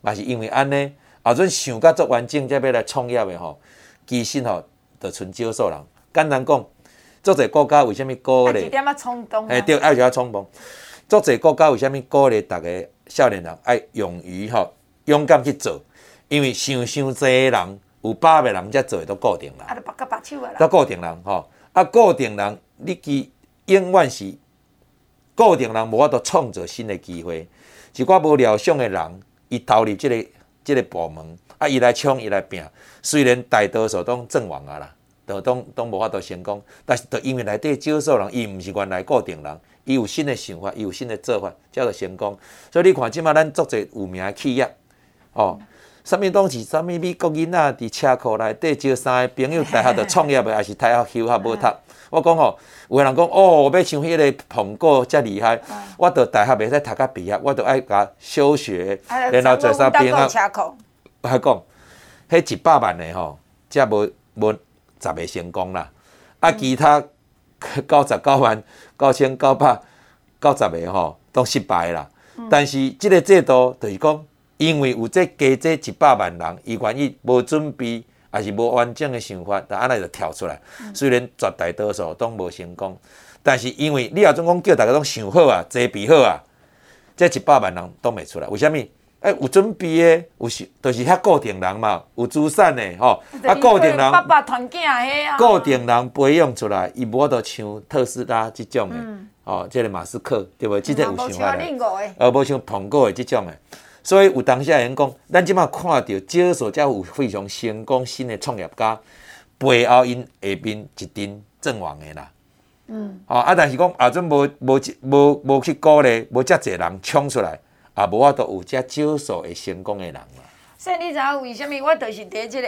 嘛是因为安尼，后阵想甲足完整，才要来创业的吼，其实吼，就剩少数人。简单讲，足侪国家为虾米鼓励？ 一点仔冲动。 对，爱有一冲动。足侪国家为虾米鼓励逐个少年人爱勇于勇敢去做？因为想济人，有8个人才做都固定人。 啊，就拔手啊啦。 都固定人吼，固定人，你永远是固定人，无法度创造新的机会。一寡无料想的人，伊投入这个部门，伊来冲，伊来拼。虽然大多数都阵亡啊啦，都无法度成功，但是就因为内底少数人，伊毋是原来固定人，伊有新的想法，伊有新的做法，才会成功。所以你看，即马咱足侪有名的企业，啥物东西，啥物美国囡仔伫车库内底招3个朋友，大学就创业的，还是大学休学无读。我讲有个人讲要像迄个彭果遮厉害，我到大学袂使读到毕业，我就爱甲休学，然后做啥兵啊？我讲，迄100万的才无10个成功啦。其他999990个都失败啦。但是即个制度就是讲，因为有加这100万人，伊愿意无准备，还是无完整的想法，就安尼就跳出来。虽然绝大多数都无成功，但是因为你也总讲叫大家拢想好啊，齐备好啊，这100万人都袂出来。为虾米？有准备的，就是遐固定人嘛，有资产的固定人， 爸团囝迄啊， 固定人培养出来，伊无法度像特斯拉即种的，即个马斯克对无？即个有想法的，无像彭果的即种的。所以有当下人讲，咱即马看到少数才有非常成功新的创业家，背后因下面一定阵亡的啦。但是讲后阵无去鼓励，无遮侪人冲出来，也无法度有遮少数会成功的人啦。 所以你知影为虾米？我就是伫即个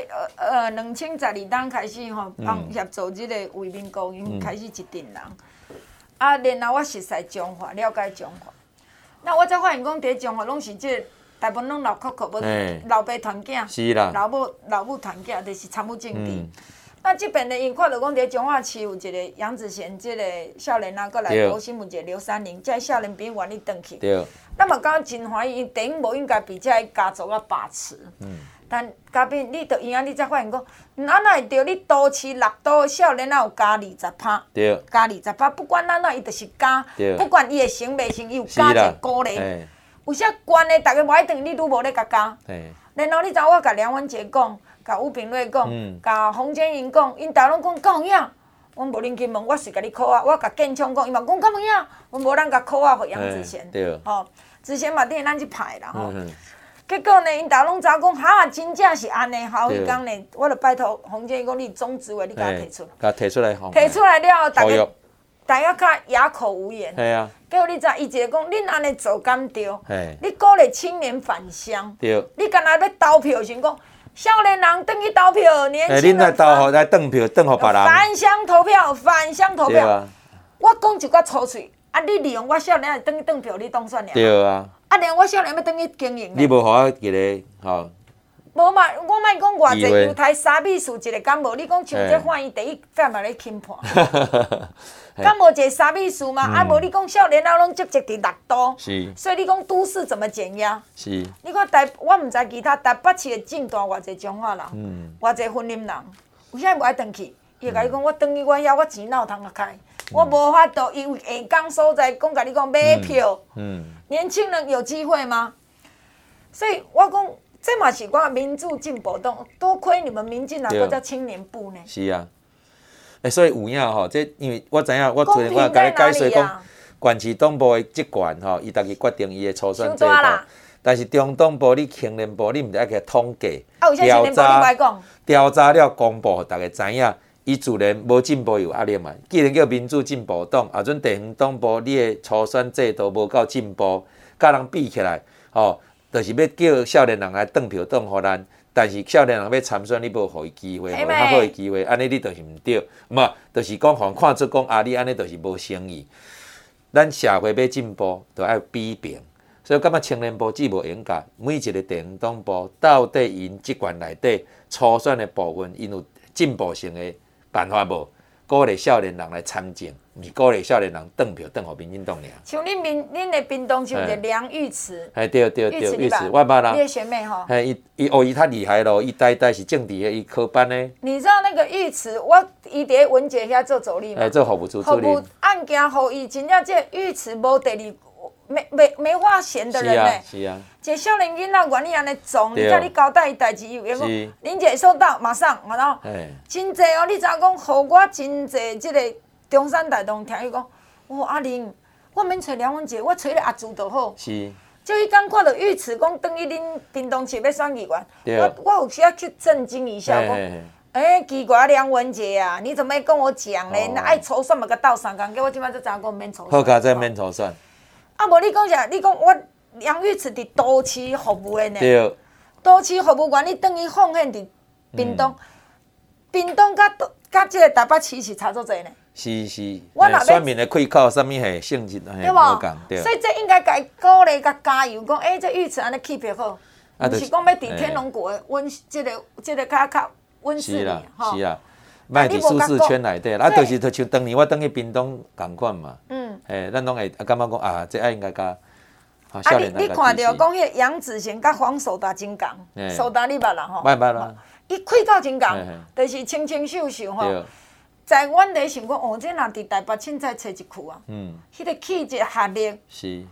2012年开始帮协助即个为民公因开始一群人，然后我熟悉中华，了解中华，那我才发现讲伫中华拢是即个。大部分拢老壳无老爸团囝， 是啦， 老母团囝，就是参与政治。那即边呢，因看到讲伫中华市有一个杨子贤，即个少年啊，过来高新有一个刘三林，即少年朋友愿意转去。那么感觉真欢喜，因第一无应该比这家族啊把持。但嘉宾，你着因你才发现讲，安那会着你都市6都少年啊有加20%，加20%，不管安那伊就是加，不管伊会成袂成，伊有加一个鼓励。有啥关的，大家无一定，你愈无咧甲加。然后你知我甲梁文杰讲，甲吴炳瑞讲，甲洪建英讲，因逐拢讲敢有影，阮无恁去问，我是甲你考啊。我甲建昌讲，伊嘛讲敢有影，阮无咱甲考啊，互杨子贤。之前嘛顶咱去派啦结果呢，因逐拢知影讲，真正是安尼。好，迄工呢，我著拜托洪建英讲，你总职位你甲提出。 甲提出来。 提出来了后，大家较哑口无言。结果你知，伊一个讲，恁安尼做敢对？你鼓励青年返乡，你干那要投票时讲，少年人转去投票，年轻人来转票，转互别人。 返乡投票，返乡投票。我讲一寡粗嘴，你利用我少年转去转票，你当算了。 对啊。 连我少年要转去经营。 你无互我一个无嘛，我莫讲偌济，犹太三秘书一个敢无？你讲像这翻译第一届嘛咧轻判。敢无一个三秘书嘛？无你讲少年仔拢积极伫6都，所以你讲都市怎么减压？你看我毋知其他台北市的政党偌济中华人，偌济婚姻人，有啥无爱转去？伊会甲你讲，我转去我遐，我钱哪有通开？我无法度，因为下港所在讲甲你讲买票，年轻人有机会吗？所以我讲。这嘛是我民主进步党，多亏你们民进党搁叫青年部呢。 是啊，所以有影这因为我知影，我昨天我甲你解释讲，县市党部的职权伊家己决定伊的初选制度，但是中党部、你青年部，你毋得爱去统计、调查了公布，互大家知影，伊自然无进步有压力嘛。既然叫民主进步党，后阵地方党部你的初选制度无够进步，甲人比起来，就是要叫少年人来转票转互咱，但是少年人要参选，你无互伊机会，无较好的机会，安尼你就是毋对，嘛，就是讲互看出讲你安尼就是无诚意。咱社会要进步，就要比拼，所以感觉青年部只无严格，每一个地方党部到底因职权内底初选的部分，因有进步性的办法无？ 鼓励少年人来参政，毋是鼓励少年人转票转互民进党尔。 像恁的屏东是有一个梁玉慈， 对，玉慈，我捌啦。 你的学妹吼。 伊较厉害咯，伊呆是政治的，伊科班的。 你知道那个玉慈，伊伫文杰遐做助理嘛？ 做服务处助理。 服务案件，互伊真正这玉慈无第二。没话闲的人呢， 是啊， 一个少年囡仔愿意安尼做，你叫你交代伊代志，伊有讲，林姐收到，马上，然后真济哦，你知影讲，互我真济即个中山大同听伊讲，阿玲，我免找梁文杰，我找你阿朱就好。 是。 就迄天看到玉慈讲，等于恁屏东市要选议员，我有需要去震惊一下，讲，奇怪，梁文杰啊，你怎么没跟我讲呢？那爱筹算嘛，个斗3工，叫我即摆才知影讲免筹算。 好佳哉免筹算。 啊，无你讲啥？你讲我梁玉慈伫都市服务的呢？ 对。 都市服务员，你等于奉献伫屏东，屏东甲即个台北市是差足济呢。 是。选民的开口，啥物系性质系无共，对。 所以这应该甲伊鼓励、甲加油，讲这玉慈安尼气魄好，毋是讲要伫天龙国的温，即个较温室里吼。 是啊。卖伫舒适圈内底，就是像当年我等去屏东共款嘛。咱拢会感觉讲这应该甲少年人。 你看到讲迄杨子贤甲黄守达真共，守达你捌啦吼？ 捌啦。 伊开到真共，就是清清秀秀吼。在阮咧想讲，这若伫台北凊彩找一区啊。迄个气质学历是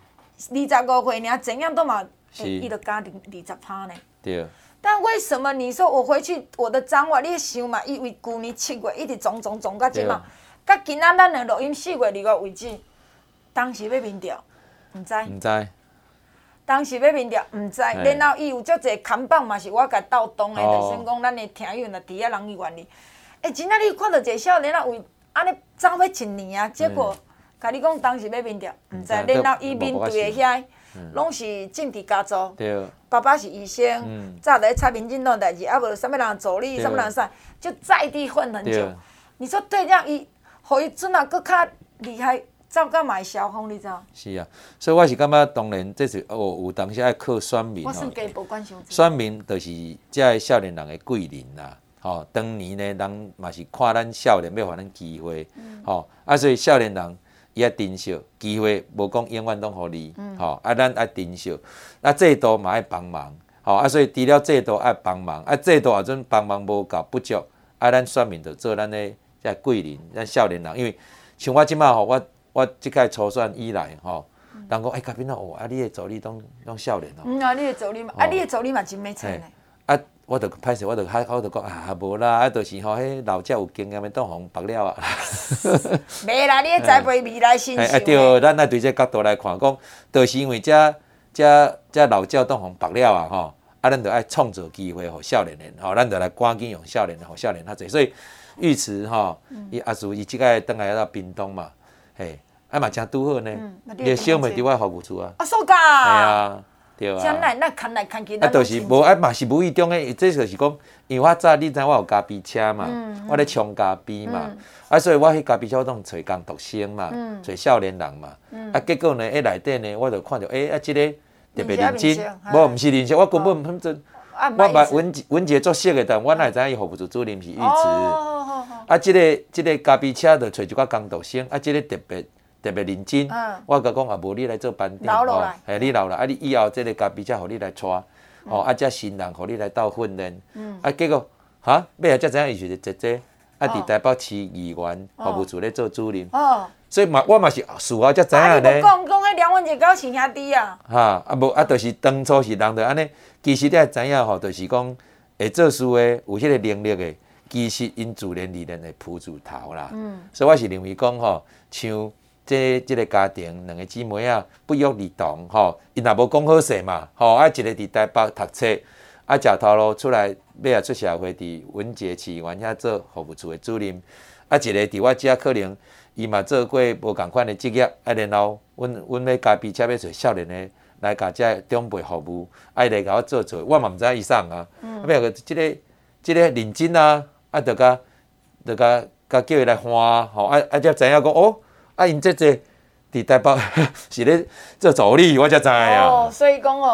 25岁尔，怎样都嘛，伊就加20%呢。 对。 但为什么你说我回去我的彰化？你想嘛，伊为去年7月一直种到即嘛，到今仔咱的录音4月2月为止，当时要民调，毋知。当时要民调，毋知。然后伊有足侪看板嘛，是我甲斗动的，就先讲咱的听友若伫遐人伊愿意。真仔你看到一个少年仔为安尼走要1年啊，结果甲你讲当时要民调，毋知。然后伊面对的遐。拢是政治家族，爸爸是医生，早来插民进党代志，无啥物人助理，啥物人啥，就在地混很久。你说对这样互伊阵啊，搁较厉害，走到嘛会消风，你知道？ 是啊，所以我是感觉，当然这是有当时爱靠选民。 我算家无关伤。 选民就是这少年人的贵人啦，当年呢，人嘛是看咱少年要互咱机会，所以少年人。伊爱珍惜机会，无讲永远拢互你，咱爱珍惜。制度嘛爱帮忙，所以除了制度爱帮忙，制度也准帮忙无够不足，咱选民就做咱的这贵人，咱少年人。因为像我即马我即届初选以来人讲嘉宾你的助理拢少年你的助理嘛，你的助理嘛真没钱呢。 我就歹势，我就讲无啦，就是迄老者有经验的当红白了啊。 袂啦，你咧栽培未来新秀。 对，咱爱对这角度来看，讲，就是因为这老教当红白了啊，咱就爱创造机会互少年人，咱就来赶紧用少年人，互少年较济。所以玉慈伊阿叔伊即个倒来到屏东嘛，嘛真拄好呢。你小妹伫我服务处啊。 说假。 系啊。 将来那看来看去， 就是无嘛是无意中诶，这就是讲，因为我早你知我有咖啡车嘛，我咧冲咖啡嘛，所以我去咖啡车我当找工读生嘛，找少年人嘛，结果呢，内底呢，我就看到即个特別認真，毋是認真，我根本真，我捌文杰作色的，但我哪會知影伊服務處主任是玉慈，即個咖啡車就找一寡工讀生，即個特別認真，我甲講無你來做班長，你留來，你以後即個咖啡車互你來帶，則新人互你來鬥訓練，結果尾仔才知影伊是一個姐姐，佇台北市議員服務處咧做主任，所以我嘛是事後才知影咧。 講迄梁文杰甲我是兄弟啊。 無就是當初是人就安尼，其實你也知影就是講會做事的有迄個能力的，其實因自然而然會鋪住頭啦。所以我是認為講像。即個家庭兩個姊妹不約而同因也無講好勢嘛，一個佇台北讀冊，食頭路出來，尾出社會佇文杰市議員遐做服務處的主任，一個佇我遮可能伊嘛做過無共款的職業，然後阮要咖啡車要找少年的來甲遮長輩服務，來甲我做，我嘛毋知伊啥啊，尾個即個認真就甲叫伊來歡才知影講因這佇台北是咧做助理，我才知影。 所以講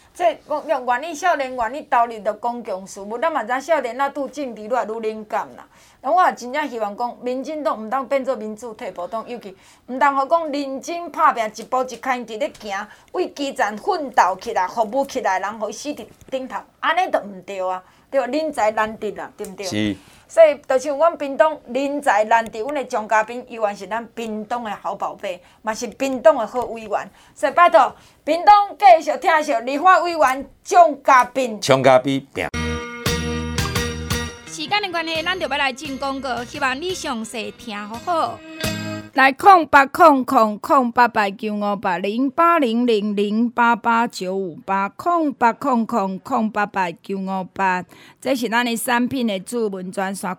即讲愿意少年愿意投入到公共事务，咱嘛知少年仔拄政治愈来愈敏感啦。我也真正希望讲，民进党毋通变做民主退步党，尤其毋通互讲认真拍拼，一步一脚印咧行，为基层奋斗起来，服务起来，人互伊死伫顶头，安尼都毋对啊，对吧？人才难得啦，对毋对？ 是。 所以，就像阮屏东人才难得，阮的张嘉宾议员是咱屏东的好宝贝，嘛是屏东的好委员。所以拜托，屏东继续听惜立法委员张嘉宾。 张嘉宾拼。 时间的关系，咱就要来进广告，希望你详细听好好。来0800-088-958，0800-088-958，这是咱的产品的主文专线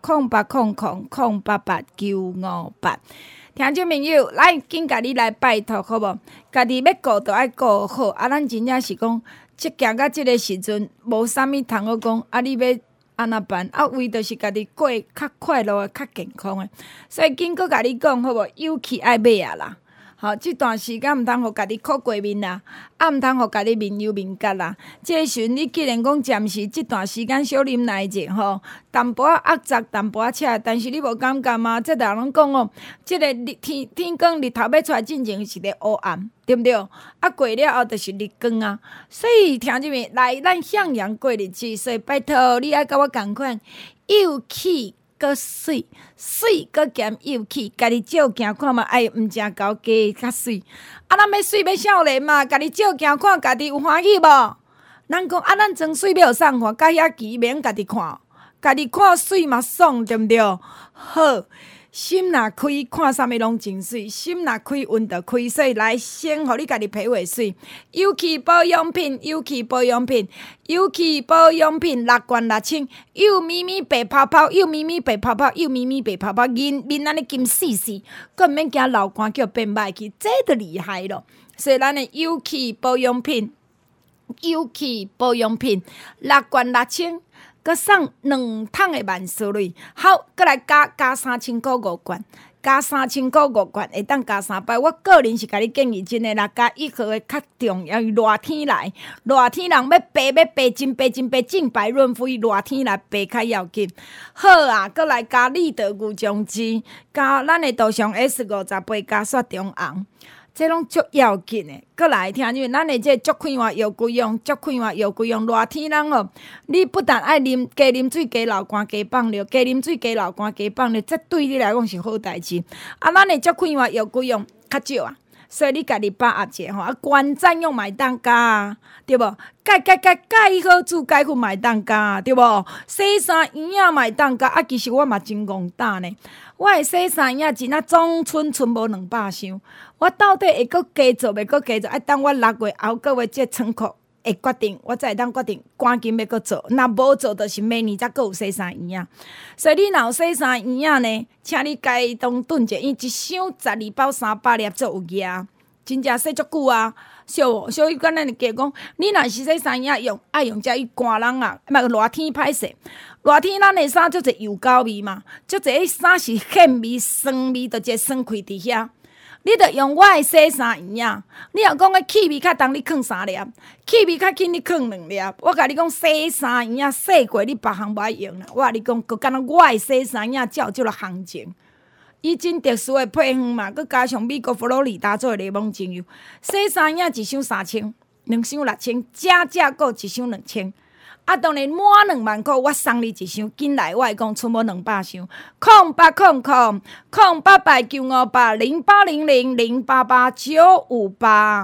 0800-088-958。听众朋友，来紧甲你来拜托好无？家己要顾就爱顾好，啊，咱真正是讲，即行到即个时阵，无啥物通好讲，啊，你要。安那办？啊，为着是家己过较快乐、较健康的，所以紧搁甲你讲好无？勇气爱买啊啦！吼，即段时间毋通互家己苦过面啦，啊，毋通互家己面油面角啦。即个时阵，你既然讲暂时即段时间小啉奶者吼，淡薄仔压杂，淡薄仔赤，但是你无感觉吗？即大人讲哦，即个天光日头要出来进前是咧黑暗，对毋对？啊，过了后就是日光啊。所以听这边来，咱向阳过日子，所以拜托你爱甲我共款，勇气。搁水，水搁兼幼气，家己照镜看嘛，哎，毋正高加较水。啊，咱要水要少年嘛，家己照镜看，家己有欢喜无？咱讲啊，咱装水要有送看，甲遐奇免家己看，家己看水嘛爽，对毋对？好。心若开，看啥物拢真水；心若开，运就开。所以来先，互你家己皮肤水。有气保养品，有气保养品，有气保养品，6罐6千，幼咪咪白泡泡，幼咪咪白泡泡，幼咪咪白泡泡，面安尼金细细，佫毋免惊老干叫变歹去，这就厉害咯。所以咱的有气保养品，有气保养品，6罐6千。佮送2桶的万事瑞，好，佮来加3000块5罐，加3000块5罐，会当加3摆。我个人是甲你建议，真诶啦，加1号的较重要。热天来，热天人要白真白润肤，热天来白较要紧。好啊，佮来加利得牛浆汁，加咱的杜尚 S58加雪中红。这拢足要紧的，搁来听因为咱的这足快活药规用，足快活药规用。热天人哦，你不但爱啉加啉水，加流汗，加放尿，加啉水，加流汗，加放尿，这对你来讲是好代志。啊，咱的足快活药规用较少啊，所以你家己把握者吼，啊，关占用买当加啊，对无？钙好煮钙粉买当加，对无？洗衫圆仔买当加，啊，其实我嘛真戆胆呢。我的洗衫圆仔钱啊，总剩无200箱。我到底会搁加做，袂搁加做？爱等我6月后个月这仓库会决定，我才会当决定赶紧要搁做。若无做，就是明年才搁有洗衫圆仔。所以你若有洗衫圆仔呢，请你家当炖者，因一箱12包300粒做有额，真正洗足久啊！所以咱就加讲，你若是洗衫圆仔爱用遮伊寒人啊，嘛热天歹势。热天咱的衫足侪油膏味嘛，足侪衫是咸味、酸味，就一个酸气伫遐。你着用我的洗衫圆仔，你若讲个气味较重，你放3粒；气味较轻，你放2粒。我甲你讲，洗衫圆仔洗过，你别项无爱用啦。我甲你讲，佮敢若我的洗衫圆仔才有即个行情。伊真特殊的配方嘛，佮加上美国佛罗里达做的柠檬精油，洗衫圆仔一箱3000，2箱6000，正个一箱2000。啊，当然满2万块，我送你一箱。紧来，我会讲剩无200箱。0800-958-0800-0888-958。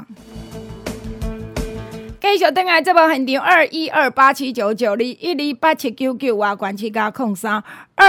继续等来这部现场212879921287999外关七加03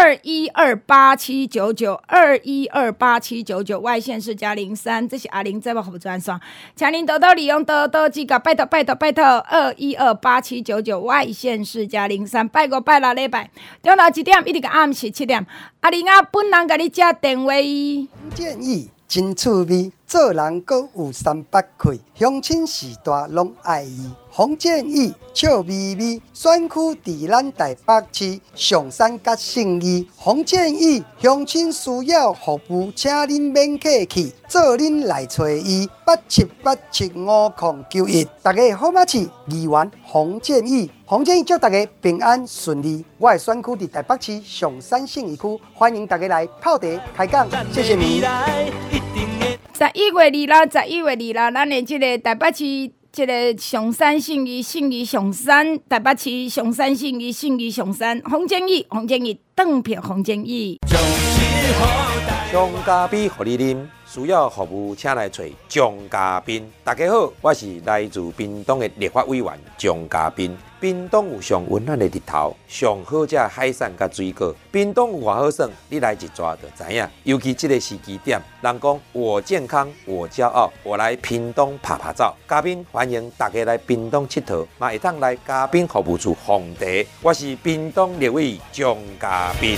212879921287999外县市加03，这是阿玲这部服务专线，请您多多利用，多多指教，拜托2128799外县市加03，拜5拜6礼拜，中昼1点一直到暗时7点，阿玲本人甲你接电话。 建议真趣味，做人阁有300气，乡亲时代拢爱伊。洪建义笑眯眯，选区伫咱台北市上山甲信义。洪建义乡亲需要服务，请恁免客气，做恁来找伊。87875091，大家好吗？是议员洪建义。洪建义祝大家平安顺利。我的选区伫台北市上山信义区，欢迎大家来泡茶开讲，谢谢你。 11月2日，咱的这个台北市。这个上山信义上山，台北市上山信义上山，洪建义邓票洪建义。 姜咖啡互你啉，需要服务请来找姜咖啡。大家好，我是来自屏东的立法委员姜咖啡。屏东有上温暖的日头，上好食海产甲水果。屏东有偌好耍，你来一抓就知影。尤其这个时机点，人讲我健康我骄傲，我来屏东拍拍照。嘉宾欢迎大家来屏东佚佗，嘛会当来嘉宾服务处奉茶。我是屏东立委姜嘉宾。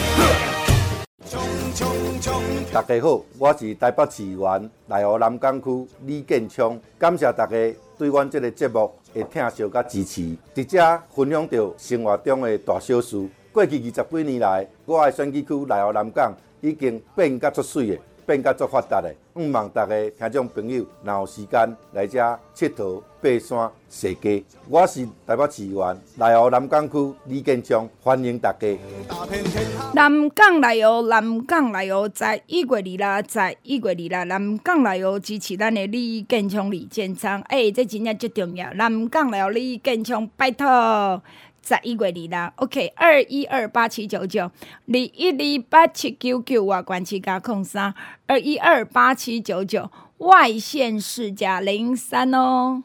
大家好，我是台北市议员内湖南港区李建昌，感谢大家对阮这个节目的听惜甲支持，直接分享到生活中的大小事。过去20几年来，我的选举区内湖南港已经变甲足水的，变甲足发达的。望大家听众朋友，若有时间来这佚佗、爬山、踅街。我是台北市议员内湖南港区李建昌，欢迎大家。 南港来哦，在1月2日，南港来哦，支持咱的李建昌、李建昌。这真正最重要。南港来哦，李建昌，拜托。在1月2日 ，OK， 2128799，2128799外关市加03 2128799外县市加03哦。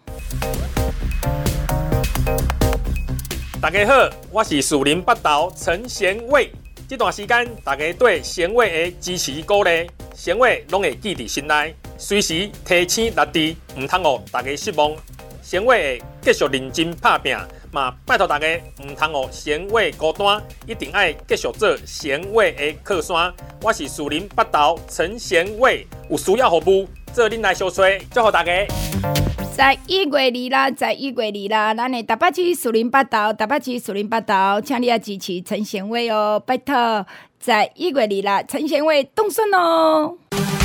大家好，我是树林北投陈贤伟。这段时间，大家对贤伟的支持鼓励，贤伟拢会记伫心内，随时提醒力治，唔通互大家失望。贤伟会继续认真拍拼。嘛，拜托大家唔通互贤伟孤单，一定爱继续做贤伟的靠山。我是树林北投陈贤伟，有需要服务，做恁来相找，祝福大家。 在1月2日，咱的台北市树林北投，请你来支持陈贤伟哦，拜托，在1月2日，陈贤伟当选哦。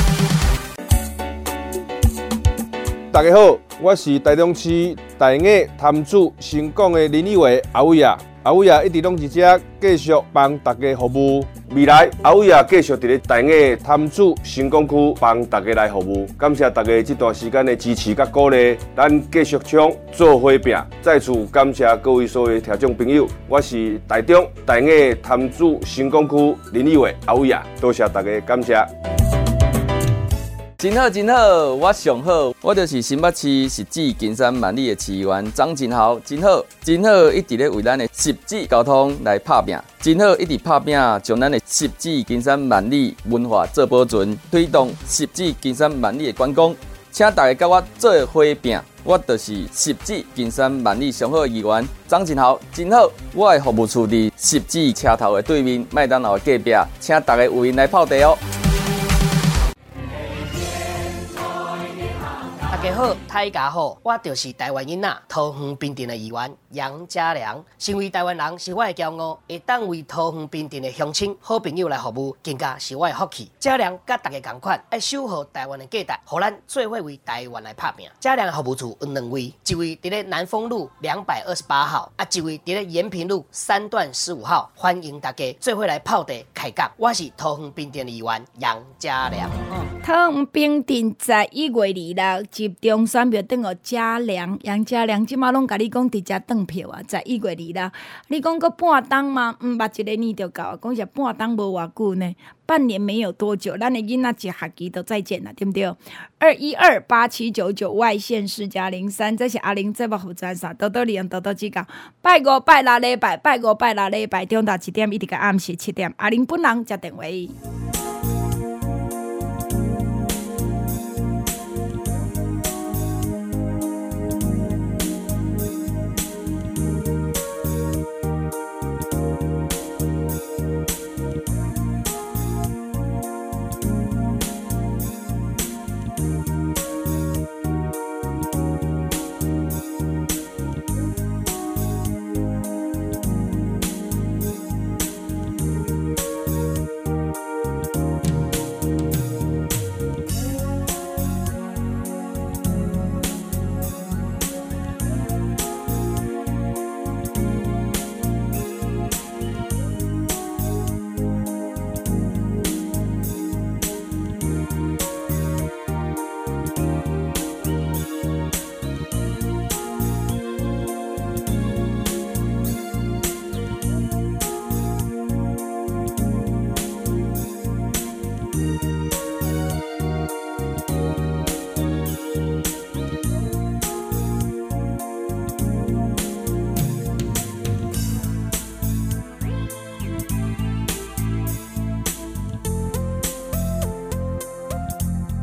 大家好，我是台中市大雅潭子成功的林立伟阿伟啊，阿伟啊一直拢是只继续帮大家服务。未来阿伟啊继续伫咧大雅潭子成功区帮大家来服务。感谢大家这段时间的支持甲鼓励，咱继续冲做伙拼。再次感谢各位所有听众朋友，我是台中大雅潭子成功区林立伟阿伟啊，多谢大家，感谢。 真好，我上好，我就是新北市汐止金山万里的市议员张真豪，真好，一直咧为咱的汐止交通来拍拼，真好，一直拍拼，将咱的汐止金山万里文化做保存，推动汐止金山万里的观光，请大家跟我做伙拼。我就是汐止金山万里上好议员张真豪，真好，我的服务处伫汐止车头的对面，麦当劳的隔壁，请大家有闲来泡茶哦。 大家好，大家好，我就是台湾囡仔桃园bình镇的议员杨家良。身为台湾人是我的骄傲，会当为桃园bình镇的乡亲、好朋友来服务，更加是我的福气。家良甲大家同款，爱守护台湾的价值，互咱做伙为台湾来拍拼。家良的服务处有2位，一位伫咧南丰路228号，一位伫咧延平路3段15号。欢迎大家做伙来泡茶开讲。我是桃园bình镇的议员杨家良。 桃园bình鎮在1月2日集中選票等予嘉良、楊嘉良，即馬攏甲你講直接轉票啊，在1月2日。你講個半冬嘛，捌一個年就夠啊，講是半冬無偌久呢，半年沒有多久，咱的囡仔一學期都再見啦，對不對？2128799外縣市加03，這是阿玲節目負責人，多多利用多多指教。拜5拜6禮拜，中晝1點一直到暗時7點，阿玲本人接電話。